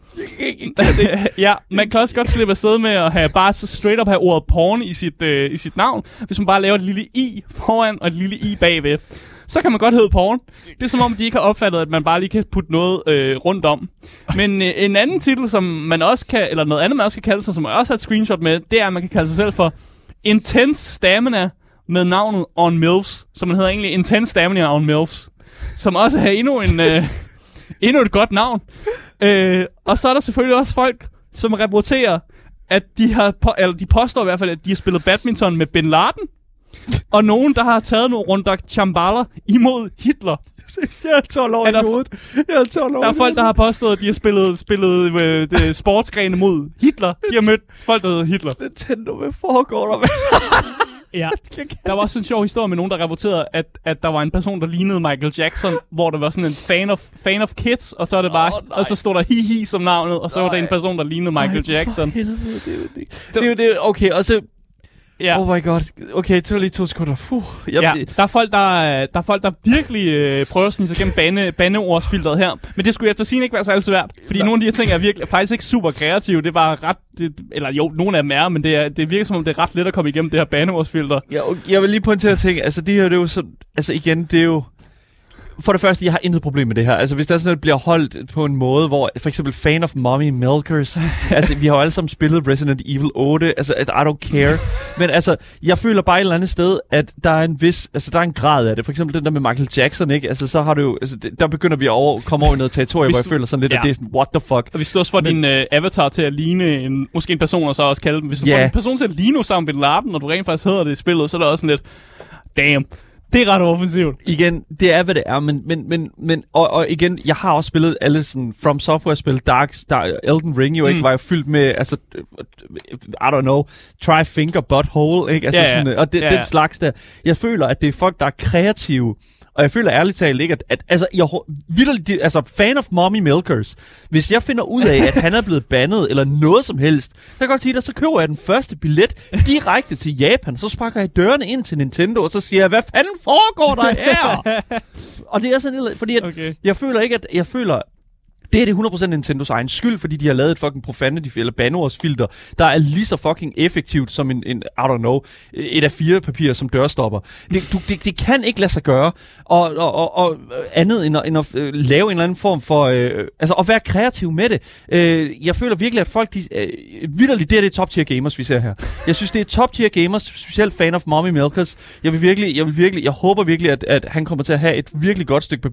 Ja, man kan også godt slippe afsted med at have bare så straight up have ordet porn i sit navn, hvis man bare laver et lille i foran og et lille i bagved. Så kan man godt hedde porn. Det er som om, de ikke har opfattet, at man bare lige kan putte noget rundt om. Men en anden titel, som man også kan, eller noget andet, man også kan kalde sig, som jeg også har et screenshot med, det er, at man kan kalde sig selv for Intense Stamina med navnet On Milfs. Så man hedder egentlig Intense Stamina On Milfs. Som også har endnu et godt navn. Og så er der selvfølgelig også folk, som rapporterer, at de påstår i hvert fald, at de har spillet badminton med Bin Laden. Og nogen, der har taget nogle runder Chambala imod Hitler. Jeg er 12 år i hovedet. Der er folk, der har påstået, at de har spillet sportsgrene mod Hitler. De har mødt folk, der hedder Hitler. Nintendo, hvad foregår der med? Ja. Der var også en sjov historie med nogen, der rapporterede, at der var en person, der lignede Michael Jackson, hvor der var sådan en fan of kids, og så er det bare, og så stod der hi som navnet, og så var der en person, der lignede Michael Jackson. For helvede, det er jo det. Okay, og så... Ja. Oh my god. Okay, det var lige 2 sekunder. Ja, der er folk, der virkelig prøver at snige sig gennem bandeordsfilteret her. Men det skulle efter sigende ikke være så svært. Fordi nogle af de her ting er faktisk ikke super kreative. Det er bare ret... nogle af dem er, men det virker som om, det er ret let at komme igennem det her bandeordsfilter. Ja, jeg vil lige pointere ting. Altså, det her det er jo så... Altså, igen, det er jo... For det første, jeg har intet problem med det her. Altså, hvis der sådan noget bliver holdt på en måde, hvor for eksempel Fan of Mommy Milkers, altså, vi har jo alle sammen spillet Resident Evil 8, altså, I don't care. Men altså, jeg føler bare et eller andet sted, at der er der er en grad af det. For eksempel den der med Michael Jackson, ikke? Altså, så har du jo, altså, der begynder vi at komme over i noget territorie, hvor jeg føler sådan lidt, at det er sådan, what the fuck. Og hvis du også får din avatar til at ligne måske en person, og så også kalde dem, hvis du får en person til at ligne sammen med Bin Laden, og du rent faktisk hedder det i spillet, så er der også sådan lidt, damn. Det er ret offensivt. Igen, det er, hvad det er, men og igen, jeg har også spillet alle sådan From Software-spil, Elden Ring jo ikke, var jo fyldt med, altså, I don't know, try-finger butthole, ikke? Altså sådan, og den slags der. Jeg føler, at det er folk, der er kreative, og jeg føler ærligt talt ikke, at altså, altså, fan of Mommy Milkers, hvis jeg finder ud af, at han er blevet bandet, eller noget som helst, så kan jeg godt sige dig, så køber jeg den første billet direkte til Japan, så sparker jeg dørene ind til Nintendo, og så siger jeg, hvad fanden foregår der her? Og det er sådan, fordi at jeg føler ikke, at jeg føler, det er det 100% Nintendos egen skyld, fordi de har lavet et fucking profanity eller bandeordsfilter, der er lige så fucking effektivt som en I don't know, et af 4 papir som dørstopper. Det kan ikke lade sig gøre, og andet end at lave en eller anden form for, altså at være kreativ med det. Jeg føler virkelig, at folk, vitterligt, det er top tier gamers, vi ser her. Jeg synes, det er top tier gamers, specielt fan of Mommy Milkers. Jeg håber virkelig, at han kommer til at have et virkelig godt stykke,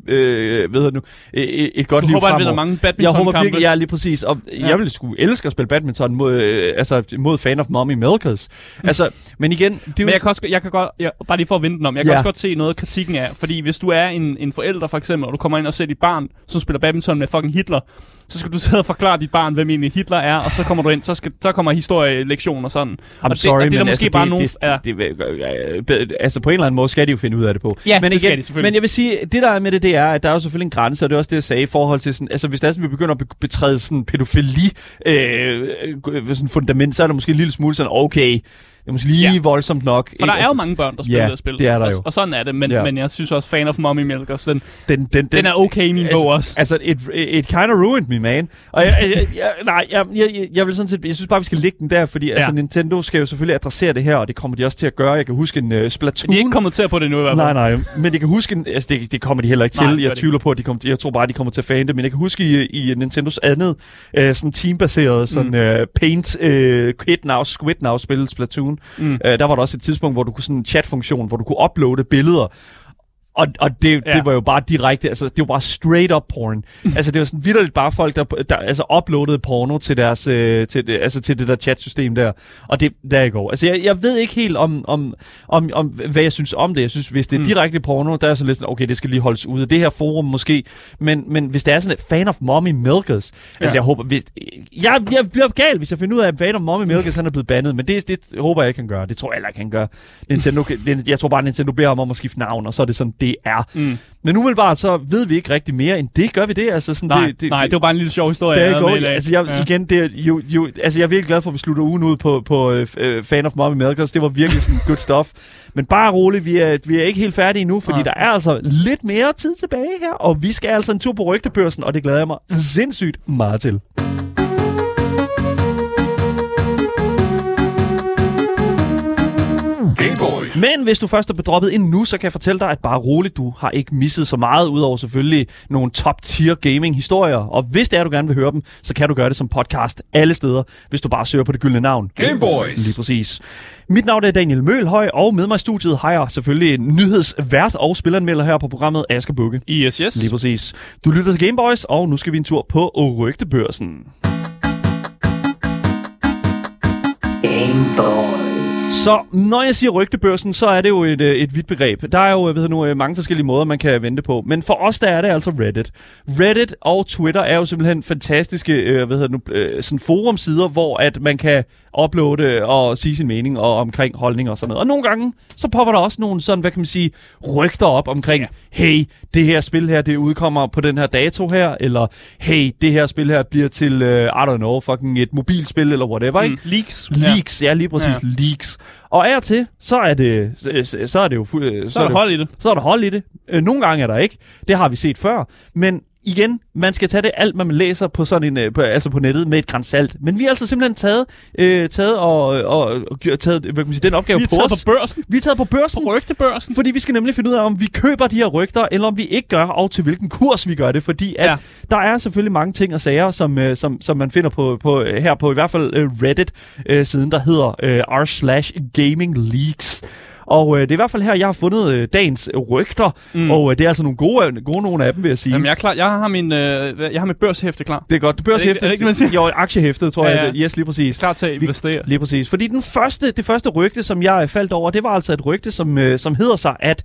et godt liv fremover. Jeg håber virkelig, jeg er lige præcis. Og jeg ville sgu elske at spille badminton mod fan of Mommy Milkers. Altså, men igen, det men jeg kan godt bare lige for at vente den om. Jeg kan også godt se noget af kritikken af, fordi hvis du er en forælder for eksempel, og du kommer ind og ser dit barn, som spiller badminton med fucking Hitler, så skal du sidde og forklare dit barn, hvem egentlig Hitler er, og så kommer du ind, så kommer historielektion og sådan. I'm sorry, men altså på en eller anden måde skal de jo finde ud af det på. Ja, men igen, skal de selvfølgelig. Men jeg vil sige, det der er med det er, at der er jo selvfølgelig en grænse, og det er også det, jeg sagde i forhold til sådan, altså hvis der er sådan, vi begynder at betræde sådan pædofili sådan fundament, så er der måske en lille smule sådan, okay, det er måske lige voldsomt nok. For der er jo mange børn, der spiller det spil. Det er der jo. Og sådan er det, men jeg synes også, fan of Mommy Milkers, den er okay i min bog også. Altså, it kind of ruined me, man. Og jeg vil sådan set, jeg synes bare, vi skal lægge den der, fordi altså, Nintendo skal jo selvfølgelig adressere det her, og det kommer de også til at gøre. Jeg kan huske en Splatoon. De er ikke kommenteret på det nu i hvert fald. Nej, men jeg kan huske, altså det kommer de heller ikke til. Jeg tvivler på, at jeg tror bare, de kommer til at fan det, men jeg kan huske i Nintendos andet sådan teambaseret sådan Paint Squid Now spil Splatoon. Der var der også et tidspunkt, hvor du kunne sådan en chat-funktion, hvor du kunne uploade billeder. Og det var jo bare direkte, altså det var bare straight up porn. Altså det var sådan vitterligt bare folk, der altså uploadede porno til deres, til det der chatsystem der. Og det der i går. Altså jeg ved ikke helt om hvad jeg synes om det. Jeg synes, hvis det er direkte porno, der er så lidt sådan, okay, det skal lige holdes ude. Det her forum måske. Men hvis det er sådan et fan of Mommy Milkers, altså jeg håber, jeg bliver gal, hvis jeg finder ud af, at fan of Mommy Milkers, han er blevet bandet. Men det håber jeg ikke, han gør. Det tror jeg heller ikke, han gør. Nintendo, jeg tror bare, Nintendo beder ham om at skifte navn, og så er det sådan, det er. Men umiddelbart så ved vi ikke rigtig mere end det. Gør vi det? Altså sådan, det var bare en lille sjov historie. Altså jeg er virkelig glad for, at vi slutter ugen ud på fan of Mommy Milkers. Det var virkelig sådan good stuff. Men bare roligt, vi er ikke helt færdige endnu, fordi der er altså lidt mere tid tilbage her, og vi skal altså en tur på Rygtebørsen, og det glæder jeg mig sindssygt meget til. Men hvis du først er bedroppet ind nu, så kan jeg fortælle dig, at bare roligt, du har ikke misset så meget, udover selvfølgelig nogle top-tier gaming-historier. Og hvis det er, du gerne vil høre dem, så kan du gøre det som podcast alle steder, hvis du bare søger på det gyldne navn. Gameboys! Lige præcis. Mit navn er Daniel Mølhøj, og med mig i studiet har jeg selvfølgelig en nyhedsvært og spilleranmelder her på programmet, Asger Bukke. Yes. Lige præcis. Du lytter til Gameboys, og nu skal vi en tur på Rygtebørsen. Gameboys. Så når jeg siger Rygtebørsen, så er det jo et vidt begreb. Der er jo mange forskellige måder, man kan vente på. Men for os, der er det altså Reddit. Reddit og Twitter er jo simpelthen fantastiske sådan forumsider, hvor at man kan uploade og sige sin mening og omkring holdninger og sådan noget. Og nogle gange, så popper der også nogle sådan, hvad kan man sige, rygter op omkring, hey, det her spil her, det udkommer på den her dato her, eller hey, det her spil her bliver til, I don't know, fucking et mobilspil eller whatever, ikke? Leaks, ja, lige præcis, leaks. Og af og til, så er det hold i det. Nogle gange er der ikke. Det har vi set før. Men igen, man skal tage det alt, hvad man læser på sådan en, på nettet med et gran salt. Men vi har altså simpelthen taget hvad kan man sige, den opgave på os. Vi er taget på børsen. På Rygtebørsen. Fordi vi skal nemlig finde ud af, om vi køber de her rygter, eller om vi ikke gør, og til hvilken kurs vi gør det. Fordi at der er selvfølgelig mange ting og sager, som man finder på her på i hvert fald Reddit-siden, der hedder r/gamingleaks. Og det er i hvert fald her, jeg har fundet dagens rygter, og det er altså nogle gode nogle af dem, vil jeg sige. Jamen, jeg er klar. Jeg har mit børshæfte klar. Det er godt. Børshæfte. Er det ikke, man siger? Jo, aktiehæftet, tror jeg. Yes, lige præcis. Klar til at investere. Lige præcis. Fordi det første rygte, som jeg faldt over, det var altså et rygte, som hedder sig, at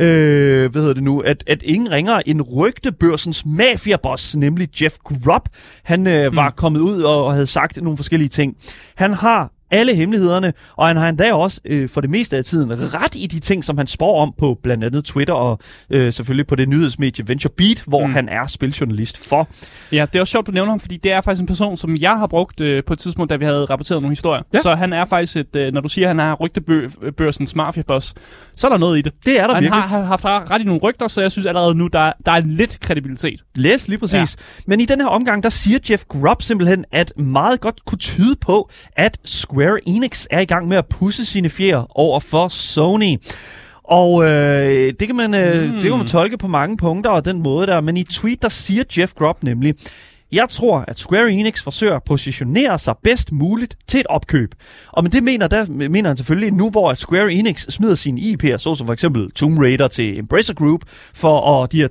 at ingen ringer en rygtebørsens mafiaboss, nemlig Jeff Grubb. Han var kommet ud og havde sagt nogle forskellige ting. Han har alle hemmelighederne, og han har endda også for det meste af tiden ret i de ting, som han spår om på blandt andet Twitter og selvfølgelig på det nyhedsmedie VentureBeat, hvor han er spiljournalist for. Ja, det er også sjovt, du nævner ham, fordi det er faktisk en person, som jeg har brugt på et tidspunkt, da vi havde rapporteret nogle historier. Ja. Så han er faktisk når du siger, at han er rygtebørsens mafiaboss, så er der noget i det. Det er der virkelig. Han har haft ret i nogle rygter, så jeg synes allerede nu, der er lidt kredibilitet. Læs lige præcis. Ja. Men i den her omgang, der siger Jeff Grubb simpelthen, at meget godt kunne tyde på, at Square Enix er i gang med at pudse sine fjer over for Sony. Og det kan man tolke på mange punkter og den måde der. Men i tweet, der siger Jeff Grubb nemlig: jeg tror, at Square Enix forsøger at positionere sig bedst muligt til et opkøb. Og med det mener han selvfølgelig nu, hvor at Square Enix smider sine IP'er, såsom for eksempel Tomb Raider til Embracer Group, for de her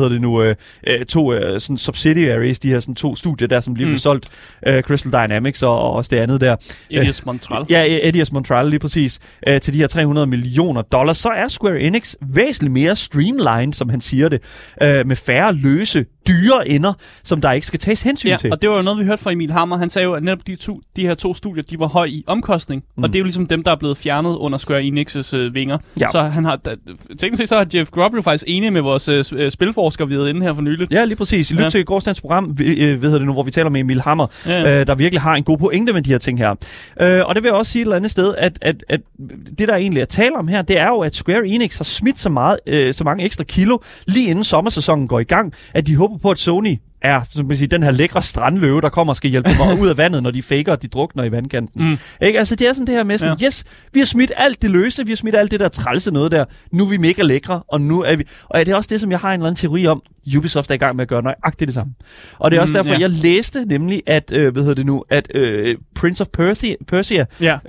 to sådan subsidiaries, de her sådan 2 studier der, som lige blev solgt, Crystal Dynamics og også det andet der. Eidos Montreal. Ja, Eidos Montreal lige præcis. Til de her $300 million, så er Square Enix væsentligt mere streamlined, som han siger det, med færre løse dyre ender, som der ikke skal tages hensyn til. Og det var jo noget, vi hørte fra Emil Hammer. Han sagde jo, at netop de her 2 studier, de var høj i omkostning. Og det er jo ligesom dem, der er blevet fjernet under Square Enix's vinger. Ja. Så han har, tænk sig, så har Jeff Grubb jo faktisk enig med vores spilforsker, vi havde inde her for nylig. Ja, lige præcis. I lyt til gårsdagens program, hvor vi taler med Emil Hammer, der virkelig har en god pointe med de her ting her. Og det vil jeg også sige et eller andet sted, at det, der egentlig er tale om her, det er jo, at Square Enix har smidt så mange ekstra kilo, lige inden sommersæsonen går i gang, at de håber på, at Sony er, som man siger, den her lækre strandløve, der kommer og skal hjælpe dem ud af vandet, når de faker, og de drukner i vandkanten. Ikke? Altså, det er sådan det her med sådan, yes, vi har smidt alt det løse, vi har smidt alt det der trælse noget der, nu er vi mega lækre, og nu er vi... Og det er også det, som jeg har en eller anden teori om, Ubisoft er i gang med at gøre nøjagtigt det samme. Og det er også derfor, jeg læste nemlig, at, Prince of Persia,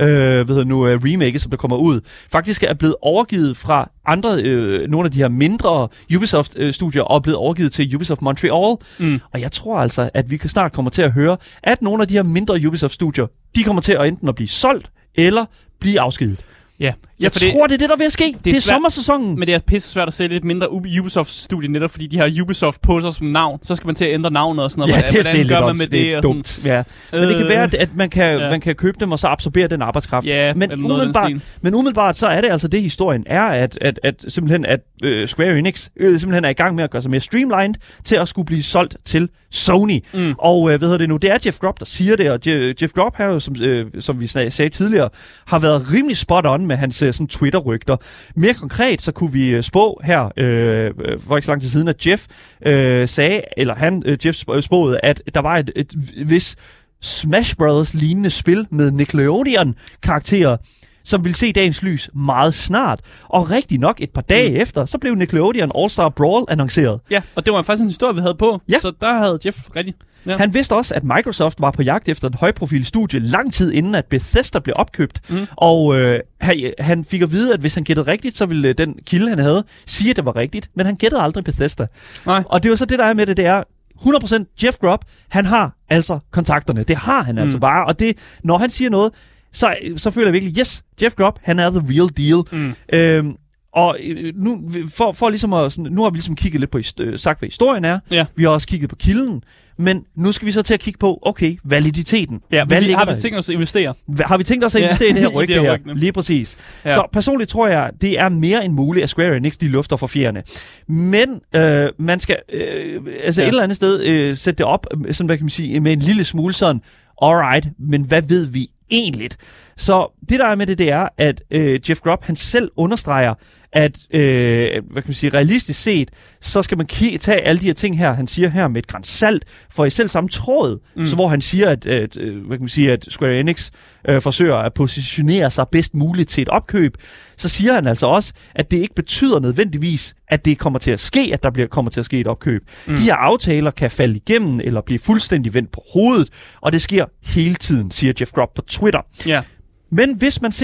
remake, som der kommer ud, faktisk er blevet overgivet fra andre, nogle af de her mindre Ubisoft-studier, og blevet overgivet til Ubisoft Montreal. Og jeg tror altså, at vi snart kommer til at høre, at nogle af de her mindre Ubisoft-studier, de kommer til at enten at blive solgt, eller blive afskediget. Ja. Jeg tror, det er det, der vil ske. Det er sommersæsonen. Men det er pisse svært at sælge et mindre Ubisoft-studie, netop fordi de har Ubisoft på sig som navn. Så skal man til at ændre navnet og sådan noget. Ja, hvordan gør man med det? Er dumt. Ja. Men det kan være, at man kan købe dem og så absorbere den arbejdskraft. Ja, men umiddelbart så er det altså det, historien er, at simpelthen at Square Enix simpelthen er i gang med at gøre sig mere streamlined til at skulle blive solgt til Sony. Og det er Jeff Grubb, der siger det, og Jeff Grubb her, som vi sagde tidligere, har været rimelig spot on med hans sådan Twitter-rygter. Mere konkret, så kunne vi spå her, for ikke så lang tid siden, at Jeff spåede, at der var et vis Smash Brothers lignende spil med Nickelodeon-karakterer, som vil se dagens lys meget snart. Og rigtig nok et par dage efter, så blev Nickelodeon All-Star Brawl annonceret. Ja, og det var faktisk en historie, vi havde på. Ja. Så der havde Jeff rigtig... Ja. Han vidste også, at Microsoft var på jagt efter et højprofil studie lang tid inden, at Bethesda blev opkøbt. Og han fik at vide, at hvis han gættede rigtigt, så ville den kilde, han havde, sige, at det var rigtigt. Men han gættede aldrig Bethesda. Nej. Og det var så det, der er med det, det er 100% Jeff Grubb, han har altså kontakterne. Det har han altså bare. Og det, når han siger noget, så føler jeg virkelig, yes, Jeff Grubb, han er the real deal. Og nu, for ligesom at, sådan, nu har vi ligesom kigget lidt på sagt, hvad historien er. Ja. Vi har også kigget på kilden. Men nu skal vi så til at kigge på, okay, validiteten. Ja, har vi tænkt os at investere? Har vi tænkt os at investere i det her rygte her? Lige præcis. Ja. Så personligt tror jeg, det er mere end muligt, at Square Enix, de lufter for fjerne. Men man skal et eller andet sted sætte det op, sådan, hvad kan man sige, med en lille smule sådan, alright, men hvad ved vi egentlig? Så det der er med det er, at Jeff Grubb, han selv understreger, at hvad kan man sige, realistisk set, så skal man tage alle de her ting her, han siger her med et gran salt, for i selv samme tråd, så hvor han siger, at hvad kan man sige, at Square Enix forsøger at positionere sig bedst muligt til et opkøb, så siger han altså også, at det ikke betyder nødvendigvis, at det kommer til at ske, at der kommer til at ske et opkøb. De her aftaler kan falde igennem, eller blive fuldstændig vendt på hovedet, og det sker hele tiden, siger Jeff Grubb på Twitter. Ja. Men hvis man ser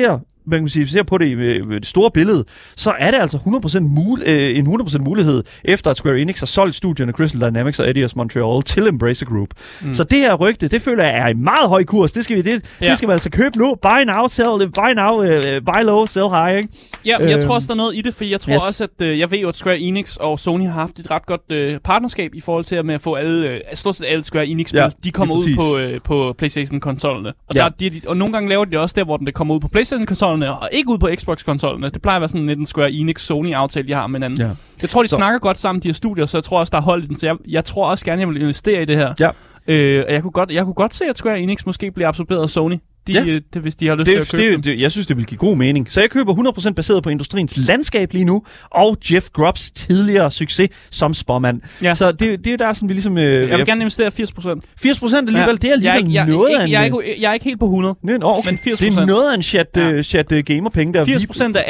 man kan sige, ser på det i det store billede, så er det altså 100% mulighed, efter at Square Enix har solgt studierne Crystal Dynamics og Eidos Montreal til Embracer Group. Så det her rygte, det føler jeg er i meget høj kurs. Det skal man altså købe nu. Buy now, buy low, sell high, ikke? Ja, jeg tror også, der er noget i det, for jeg tror også, at jeg ved jo, at Square Enix og Sony har haft et ret godt partnerskab i forhold til at med at få stort set alle Square Enix-spil, de kommer ud på PlayStation-konsollerne. Og nogle gange laver de også der, hvor det kommer ud på PlayStation-konsollerne, og ikke ud på Xbox-konsollerne. Det plejer at være sådan en Square Enix-Sony-aftale, de har med hinanden. Ja. Jeg tror, de snakker godt sammen, de her studier, så jeg tror også, der er hold i den. Så jeg tror også gerne, jeg vil investere i det her. Ja. Og jeg kunne godt se, at Square Enix måske bliver absorberet af Sony. Hvis de har lyst til at købe jeg synes, det vil give god mening. Så jeg køber 100% baseret på industriens landskab lige nu, og Jeff Grubbs tidligere succes som spormand. Ja. Så det er der sådan, vi ligesom... jeg vil gerne investere 80%. 80% alligevel, det er alligevel noget af en... Jeg er ikke helt på 100, okay. Men 80%. Det er noget af en chat gamerpenge der. 80% af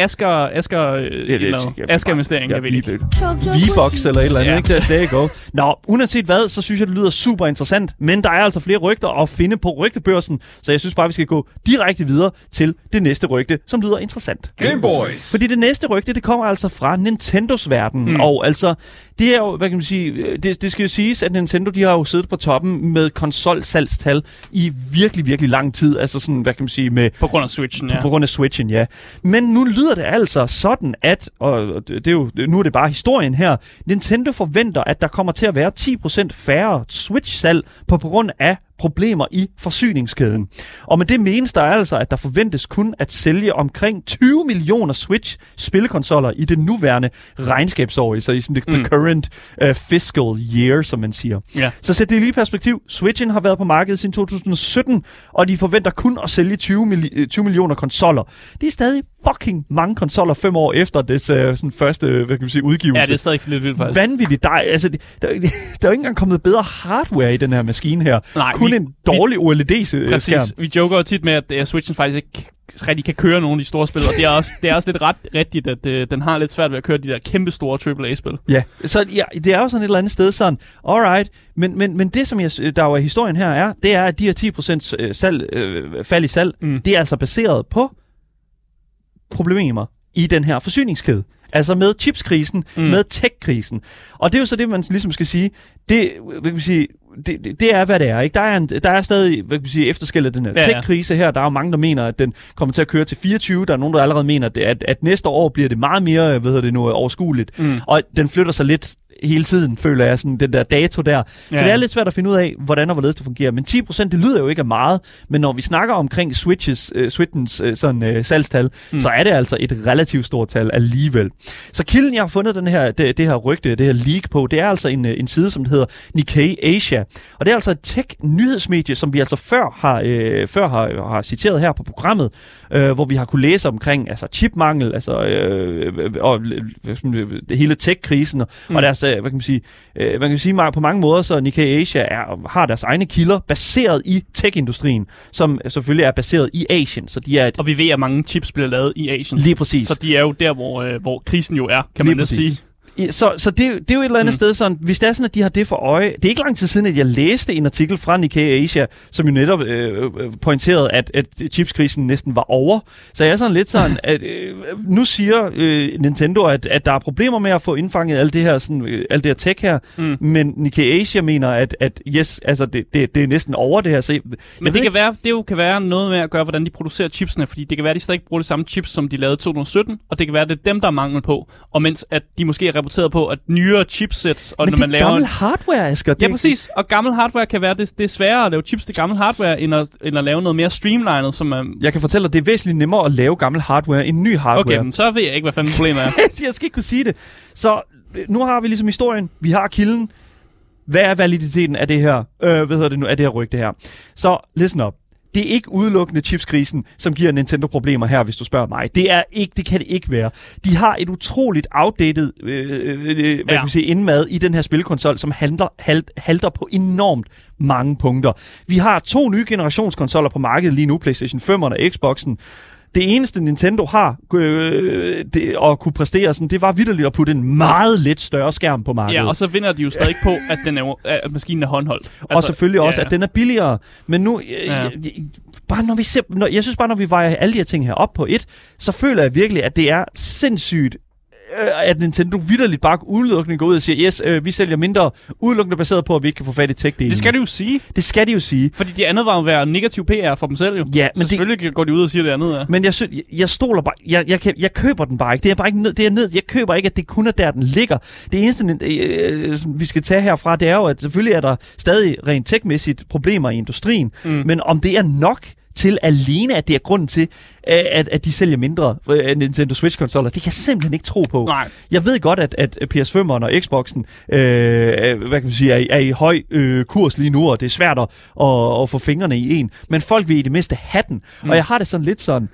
Asger-investering, jeg ved ikke. V-Box eller et eller andet, ikke? Der you go. Nå, uanset hvad, så synes jeg, det lyder super interessant, men der er altså flere rygter at finde på rygtebørsen, så jeg synes bare, vi skal gå direkte videre til det næste rygte, som lyder interessant. Game Boys. Fordi det næste rygte, det kommer altså fra Nintendos verden, og altså, det er jo, hvad kan man sige, det skal jo siges, at Nintendo, de har jo siddet på toppen med konsolsalgstal i virkelig, virkelig lang tid, altså sådan, hvad kan man sige, med... På grund af Switchen, ja. På grund af Switchen, ja. Men nu lyder det altså sådan, at, og det er jo, nu er det bare historien her, Nintendo forventer, at der kommer til at være 10% færre Switch-salg på grund af problemer i forsyningskæden. Og med det menes der altså, at der forventes kun at sælge omkring 20 millioner Switch-spillekonsoller i det nuværende regnskabsår, så i sådan the current fiscal year, som man siger. Yeah. Så sæt det lige i perspektiv. Switchen har været på markedet siden 2017, og de forventer kun at sælge 20 millioner konsoller. Det er stadig fucking mange konsoller 5 år efter det sådan første, hvad kan man sige, udgivelse. Ja, det er stadig lidt vildt faktisk. Vanvittigt. Der er jo ikke engang kommet bedre hardware i den her maskine her. Nej, kun en dårlig OLED-skærm. Præcis. Vi joker jo tit med, at Switchen faktisk ikke rigtig kan køre nogle af de store spil, og det er også lidt rigtigt, at den har lidt svært ved at køre de der kæmpe store AAA-spil. Ja, så det er jo sådan et eller andet sted sådan, alright, men det, som der jo er historien her det er, at de her 10% fald i salg, det er altså baseret på problemer i den her forsyningskæde. Altså med chipskrisen, med tech-krisen. Og det er jo så det, man ligesom skal sige, det er, hvad det er. Ikke? Der er stadig, hvad kan vi sige, efterskæld af den her tech-krise her. Der er jo mange, der mener, at den kommer til at køre til 24. Der er nogen, der allerede mener, at næste år bliver det meget mere, overskueligt. Og den flytter sig lidt hele tiden, føler jeg, sådan den der dato der. Så det er lidt svært at finde ud af, hvordan og hvorledes det fungerer. Men 10%, det lyder jo ikke af meget, men når vi snakker omkring Switchens salgstal, så er det altså et relativt stort tal alligevel. Så kilden, jeg har fundet det her rygte, det her leak på, det er altså en side, som det hedder Nikkei Asia. Og det er altså et tech-nyhedsmedie, som vi altså før har citeret her på programmet, hvor vi har kunne læse omkring altså chipmangel, altså og hele tech-krisen, og deres hvad kan man sige på mange måder, så Nikkei Asia har deres egne kilder baseret i tech-industrien, som selvfølgelig er baseret i Asien. Så de er og vi ved, at mange chips bliver lavet i Asien. Lige præcis. Så de er jo der, hvor krisen jo er, kan man sige. Så det er jo et eller andet sted sådan, hvis det er sådan, at de har det for øje. Det er ikke lang tid siden, at jeg læste en artikel fra Nikkei Asia, som jo netop pointerede, at chipskrisen næsten var over. Så jeg er sådan lidt sådan, at nu siger Nintendo, at der er problemer med at få indfanget alt det her tech her, men Nikkei Asia mener, at yes, altså det er næsten over det her. Så men det kan være noget med at gøre, hvordan de producerer chipsene, fordi det kan være, at de stadig ikke bruger de samme chips, som de lavede i 2017, og det kan være, at det er dem, der er mangel på, og mens at de måske er rapporteret på, at nyere chipsets, og men når man laver... gammel hardware, Asger. Ja, præcis. Og gammel hardware kan være, det er sværere at lave chips til gammel hardware, end at lave noget mere streamlinet, som man... Jeg kan fortælle dig, det er væsentligt nemmere at lave gammel hardware end ny hardware. Okay, men så ved jeg ikke, hvad fanden problemet er. Jeg skal ikke kunne sige det. Så nu har vi ligesom historien. Vi har kilden. Hvad er validiteten af det her? Af det her rygte her? Så listen up. Det er ikke udelukkende chipskrisen, som giver Nintendo problemer her, hvis du spørger mig. Det kan det ikke være. De har et utroligt outdated kan man sige, indmad i den her spilkonsol, som halter på enormt mange punkter. Vi har 2 nye generationskonsoller på markedet lige nu, PlayStation 5'eren og Xboxen. Det eneste Nintendo har at kunne præstere sådan, det var vitterligt at putte en meget lidt større skærm på markedet. Ja, og så vinder de jo stadig på, at maskinen er håndholdt. Altså, og selvfølgelig også, at den er billigere. Men nu, bare når vi ser, jeg synes bare, når vi vejer alle de her ting her op på et, så føler jeg virkelig, at det er sindssygt, at Nintendo vitterligt bare udelukkende går ud og siger, vi sælger mindre udelukkende baseret på, at vi ikke kan få fat i tech-delen. Det skal de jo sige. Det skal de jo sige. Fordi det andet var jo være negativ PR for dem selv jo. Ja, men selvfølgelig går de ud og siger det andet. Ja. Men jeg stoler bare, jeg køber den bare ikke. Det er bare ikke jeg køber ikke, at det kun er der, den ligger. Det eneste, vi skal tage herfra, det er jo, at selvfølgelig er der stadig rent tech-mæssigt problemer i industrien. Men om det er nok til alene, at det er grunden til, at de sælger mindre Nintendo Switch-konsoller. Det kan jeg simpelthen ikke tro på. Nej. Jeg ved godt, at PS5'eren og Xbox'en hvad kan man sige, er i høj kurs lige nu, og det er svært at få fingrene i en. Men folk vil i det mindste have den. Og jeg har det sådan lidt sådan,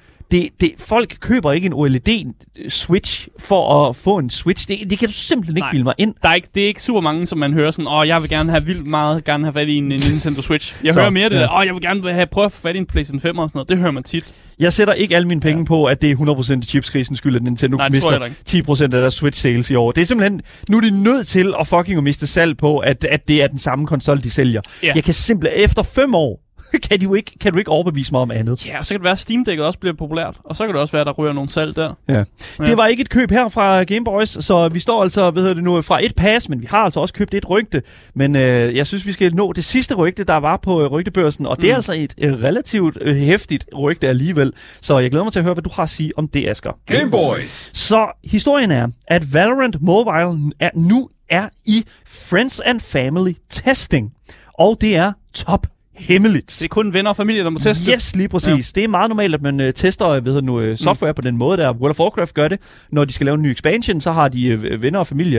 folk køber ikke en OLED-Switch for at få en Switch. Det kan du simpelthen ikke bilde mig ind. Det er ikke super mange, som man hører sådan, jeg vil gerne have gerne have fat i en Nintendo Switch. Jeg hører mere det der, jeg vil gerne prøve at få fat i en PlayStation 5 og sådan noget. Det hører man tit. Jeg sætter ikke alle mine penge på, at det er 100% chipskrisens skyld, at Nintendo mister 10% af deres Switch-sales i år. Det er simpelthen, nu er de nødt til at fucking miste salg på, at det er den samme konsol, de sælger. Yeah. Jeg kan simpelthen, efter 5 år, kan du ikke overbevise mig om andet. Ja, så kan det være, at Steam-dækket også bliver populært. Og så kan det også være, at der ryger nogle salg der. Ja. Det var ikke et køb her fra Game Boys, så vi står altså fra et pas, men vi har altså også købt et rygte. Men jeg synes, vi skal nå det sidste rygte, der var på rygtebørsen, og det er altså et relativt hæftigt rygte alligevel. Så jeg glæder mig til at høre, hvad du har at sige om det, Asger. Game Boys! Så historien er, at Valorant Mobile nu er i Friends and Family testing, og det er top hemmeligt. Det er kun venner og familie, der må teste det. Yes, lige præcis. Ja. Det er meget normalt, at man tester software på den måde, der World of Warcraft gør det. Når de skal lave en ny expansion, så har de venner og familie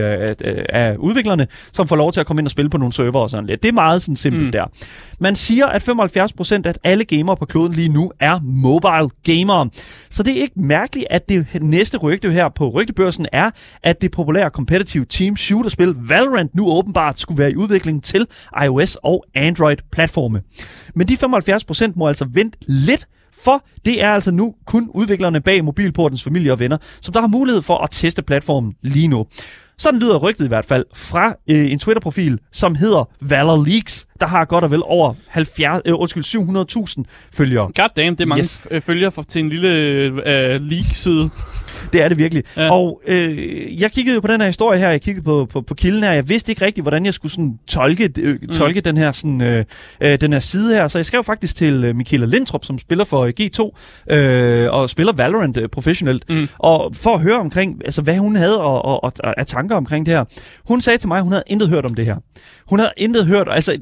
af udviklerne, som får lov til at komme ind og spille på nogle server og sådan lidt. Det er meget sådan simpelt der. Man siger, at 75% af alle gamere på kloden lige nu er mobile gamere. Så det er ikke mærkeligt, at det næste rygte her på rygtebørsen er, at det populære competitive team shooter-spil Valorant nu åbenbart skulle være i udvikling til iOS og Android-platforme. Men de 75% må altså vente lidt, for det er altså nu kun udviklerne bag Mobilportens familie og venner, som der har mulighed for at teste platformen lige nu. Sådan lyder rygtet i hvert fald fra en Twitter-profil, som hedder Valor Leaks, der har godt og vel over 700.000 følgere. God damn, det er mange følgere til en lille leak-side. Det er det virkelig. Ja. Og jeg kiggede på den her historie her, jeg kiggede på kilden her, jeg vidste ikke rigtig, hvordan jeg skulle sådan tolke den her sådan, den her side her, så jeg skrev faktisk til Michaela Lindtrup, som spiller for G2 og spiller Valorant professionelt, og for at høre omkring, altså hvad hun havde af tanker omkring det her. Hun sagde til mig, at hun havde intet hørt om det her. Hun havde intet hørt, altså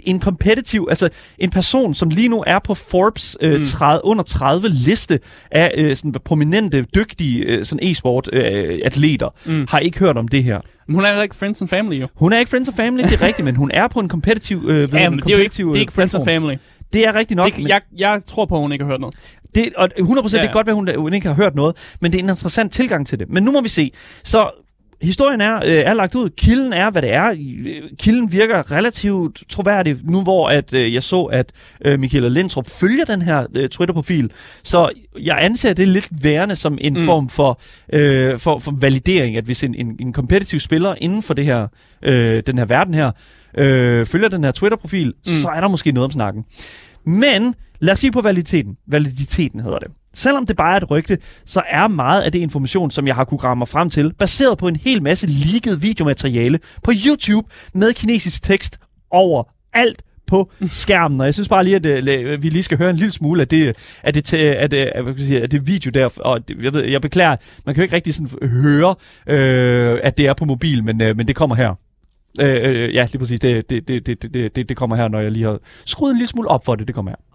en person, som lige nu er på Forbes under 30 liste af sådan prominente, dygtige sådan e-sport atleter, har ikke hørt om det her. Men hun er jo ikke Friends and Family, jo. Hun er ikke Friends and Family, det er rigtigt, men hun er på en competitive det er ikke Friends and Family. Det er rigtigt nok. Jeg tror på, at hun ikke har hørt noget. Og 100% det er godt, at hun ikke har hørt noget, men det er en interessant tilgang til det. Men nu må vi se. Så historien er lagt ud. Kilden er, hvad det er. Kilden virker relativt troværdig nu, hvor jeg så, at Michaela Lindtrup følger den her Twitter-profil. Så jeg anser det lidt værende som en form for validering, at hvis en competitive spiller inden for det her, den her verden her, følger den her Twitter-profil, så er der måske noget om snakken. Men lad os kigge på validiteten. Validiteten hedder det. Selvom det bare er et rygte, så er meget af det information, som jeg har kunne grave mig frem til, baseret på en hel masse leaget videomateriale på YouTube med kinesisk tekst over alt på skærmen. Og jeg synes bare lige, at vi lige skal høre en lille smule af det video der. Og jeg beklager, man kan jo ikke rigtig sådan høre, at det er på mobil, men det kommer her. Ja, lige præcis. Det kommer her, når jeg lige har skruet en lille smule op for det. Det kommer her.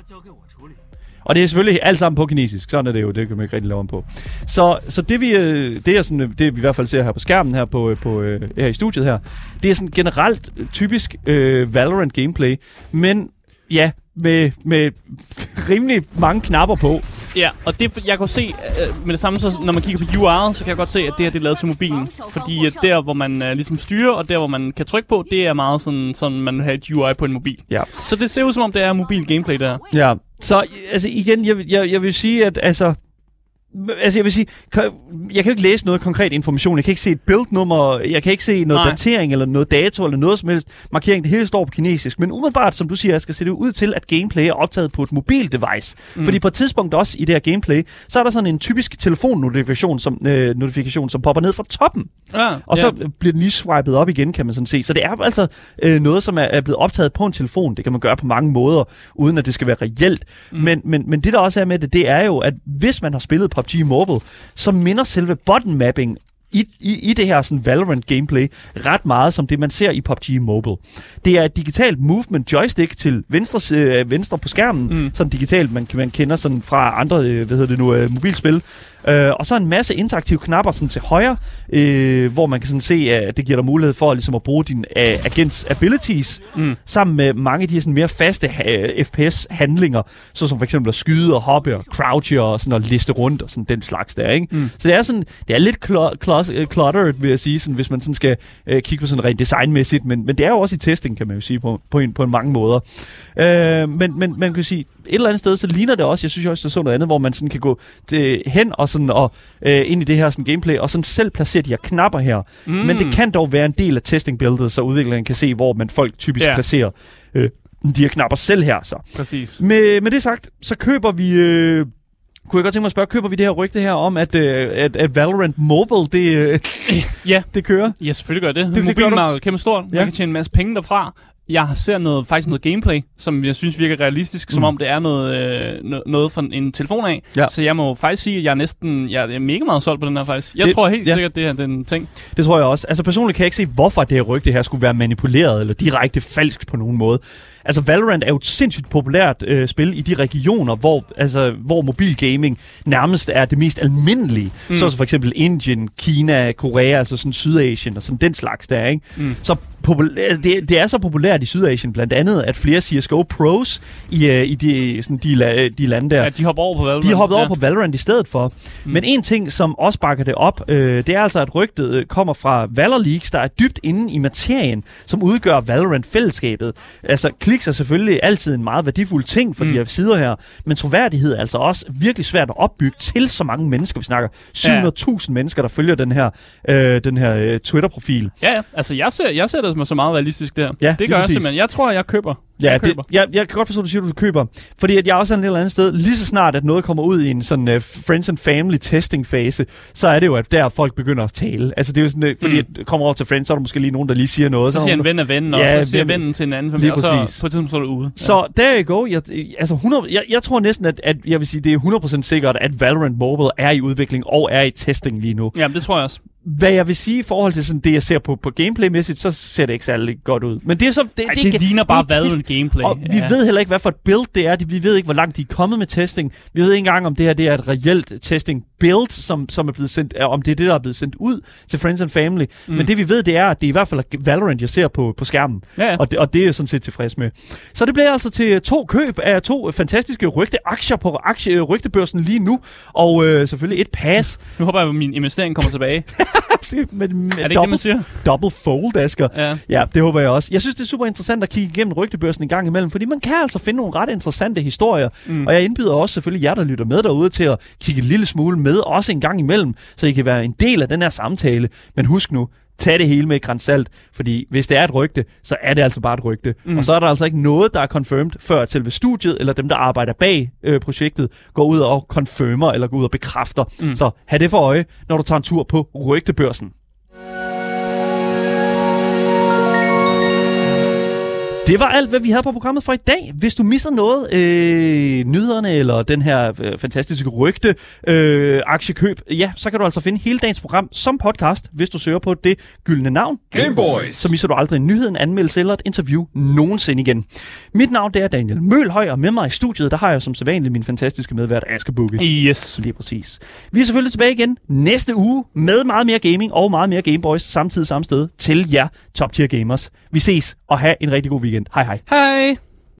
Og det er selvfølgelig alt sammen på kinesisk. Sådan er det jo. Det kan man ikke rigtig lave om på. Så det vi i hvert fald ser her på skærmen her her i studiet her, det er sådan generelt typisk Valorant gameplay, men ja, med rimelig mange knapper på. Ja, og jeg kan se med det samme, så når man kigger på UR'et, så kan jeg godt se, at det her det er lavet til mobilen. Fordi der, hvor man ligesom styrer, og der, hvor man kan trykke på, det er meget sådan man vil have et UI på en mobil. Ja. Så det ser ud som om, det er mobil gameplay der. Ja, så altså igen, jeg vil sige, at altså Altså jeg vil sige, jeg kan jo ikke læse noget konkret information, jeg kan ikke se et build-nummer, jeg kan ikke se noget datering eller noget dato eller noget som helst markering, det hele står på kinesisk, men umiddelbart, som du siger, jeg skal se det ud til, at gameplay er optaget på et mobil-device. Fordi på et tidspunkt også i det her gameplay, så er der sådan en typisk telefonnotifikation, som popper ned fra toppen, og så bliver den lige swipet op igen, kan man sådan se. Så det er altså noget, som er blevet optaget på en telefon, det kan man gøre på mange måder, uden at det skal være reelt. Men det der også er med det er jo, at hvis man har spillet PUBG Mobile, så minder selve button mapping i det her sådan Valorant gameplay ret meget som det, man ser i PUBG Mobile. Det er et digitalt movement joystick til venstre på skærmen, sådan digitalt, man kender sådan fra andre mobilspil. Og så en masse interaktive knapper sådan til højre, hvor man kan sådan se, at det giver dig mulighed for ligesom at bruge din agents abilities, sammen med mange af de her sådan mere faste FPS-handlinger, såsom for eksempel at skyde og hoppe og crouche og sådan at liste rundt og sådan den slags der, ikke? Så det er lidt cluttered, vil jeg sige, sådan, hvis man sådan skal kigge på sådan rent designmæssigt, men det er jo også i testing, kan man jo sige, på en mange måder. Men man kan sige, et eller andet sted, så ligner det også, jeg synes også, der er sådan noget andet, hvor man sådan kan gå hen og sådan ind i det her sådan gameplay, og sådan selv placere de her knapper her. Men det kan dog være en del af testing-billedet, så udvikleren kan se, hvor man folk typisk placerer de her knapper selv her. Så. Præcis. Med det sagt, så køber vi... Kunne jeg godt tænke mig at spørge, køber vi det her rygte her om, at Valorant Mobile, det kører? Ja, selvfølgelig gør det. Mobilmarkedet er kæmpe stort. Man kan tjene en masse penge derfra. Jeg ser faktisk noget gameplay, som jeg synes virker realistisk, som om det er noget fra en telefon af. Ja. Så jeg må faktisk sige, at jeg er mega meget solgt på den her faktisk. Jeg tror helt sikkert, det er den ting. Det tror jeg også. Altså personligt kan jeg ikke se, hvorfor det her rygte her skulle være manipuleret eller direkte falsk på nogen måde. Altså Valorant er jo et sindssygt populært spil i de regioner, hvor mobilgaming nærmest er det mest almindelige. Så for eksempel Indien, Kina, Korea, altså sådan Sydasien og sådan den slags der, ikke? Så det er så populært i Sydasien blandt andet, at flere CSGO pros i de lande der. Ja, de hopper over på Valorant. De hopper over på Valorant i stedet for. Men en ting, som også bakker det op, det er altså, at rygtet kommer fra Valor Leaks, der er dybt inde i materien, som udgør Valorant-fællesskabet. Altså, kliks er selvfølgelig altid en meget værdifuld ting for de her sider her, men troværdighed er altså også virkelig svært at opbygge til så mange mennesker. Vi snakker 700.000 mennesker, der følger den her Twitter-profil. Ja, altså jeg ser det som så meget realistisk der. Ja, det gør jeg simpelthen. Jeg tror, jeg køber. Jeg kan godt forstå, at du siger, at du køber. Fordi at jeg også er et eller andet sted, lige så snart, at noget kommer ud i en sådan friends and family testing fase, så er det jo, at der folk begynder at tale. Altså det er jo sådan, fordi at kommer over til friends, så er der måske lige nogen, der lige siger noget. Så siger en ven af vennen, og så siger vennen til en anden familie, og så på et tidspunkt så er det ude. Så there you go. Jeg tror næsten, at jeg vil sige, det er 100% sikkert, at Valorant Mobile er i udvikling og er i testing lige nu. Jamen, det tror jeg også. Hvad jeg vil sige i forhold til sådan det, jeg ser på gameplay-mæssigt, så ser det ikke særlig godt ud. Men det er så... Det ligner bare Valorant gameplay. Og vi ved heller ikke, hvad for et build det er. Vi ved ikke, hvor langt de er kommet med testing. Vi ved ikke engang, om det her det er et reelt testing build, som er blevet sendt, om det er det, der er blevet sendt ud til Friends and Family. Men det vi ved, det er, at det er i hvert fald Valorant, jeg ser på skærmen. Ja. Og det er jeg sådan set tilfreds med. Så det bliver altså til 2 køb af 2 fantastiske rygteaktier på rygtebørsen lige nu. Og selvfølgelig et pass. Nu håber jeg, at min investering kommer tilbage. med er det ikke det, man siger? Double fold, Asger. Ja, det håber jeg også. Jeg synes, det er super interessant at kigge igennem rygtebørsen en gang imellem, fordi man kan altså finde nogle ret interessante historier. Og jeg indbyder også selvfølgelig jer, der lytter med derude, til at kigge en lille smule med, også en gang imellem, så I kan være en del af den her samtale. Men husk nu, tag det hele med et gran salt, fordi hvis det er et rygte, så er det altså bare et rygte. Og så er der altså ikke noget, der er confirmed, før selve studiet, eller dem, der arbejder bag projektet, går ud og confirmer, eller går ud og bekræfter. Så have det for øje, når du tager en tur på rygtebørsen. Det var alt, hvad vi havde på programmet for i dag. Hvis du misser noget, nyhederne eller den her fantastiske rygte aktiekøb, ja, så kan du altså finde hele dagens program som podcast, hvis du søger på det gyldne navn. Gameboys. Så misser du aldrig en nyhed, en anmeldelse eller et interview nogensinde igen. Mit navn, det er Daniel Mølhøj, og med mig i studiet, der har jeg som sædvanligt min fantastiske medvært Asger Bugge. Yes. Lige præcis. Vi er selvfølgelig tilbage igen næste uge med meget mere gaming og meget mere Gameboys, samtidig samme sted til jer top tier gamers. Vi ses og have en rigtig god weekend. Hej hej. Hej.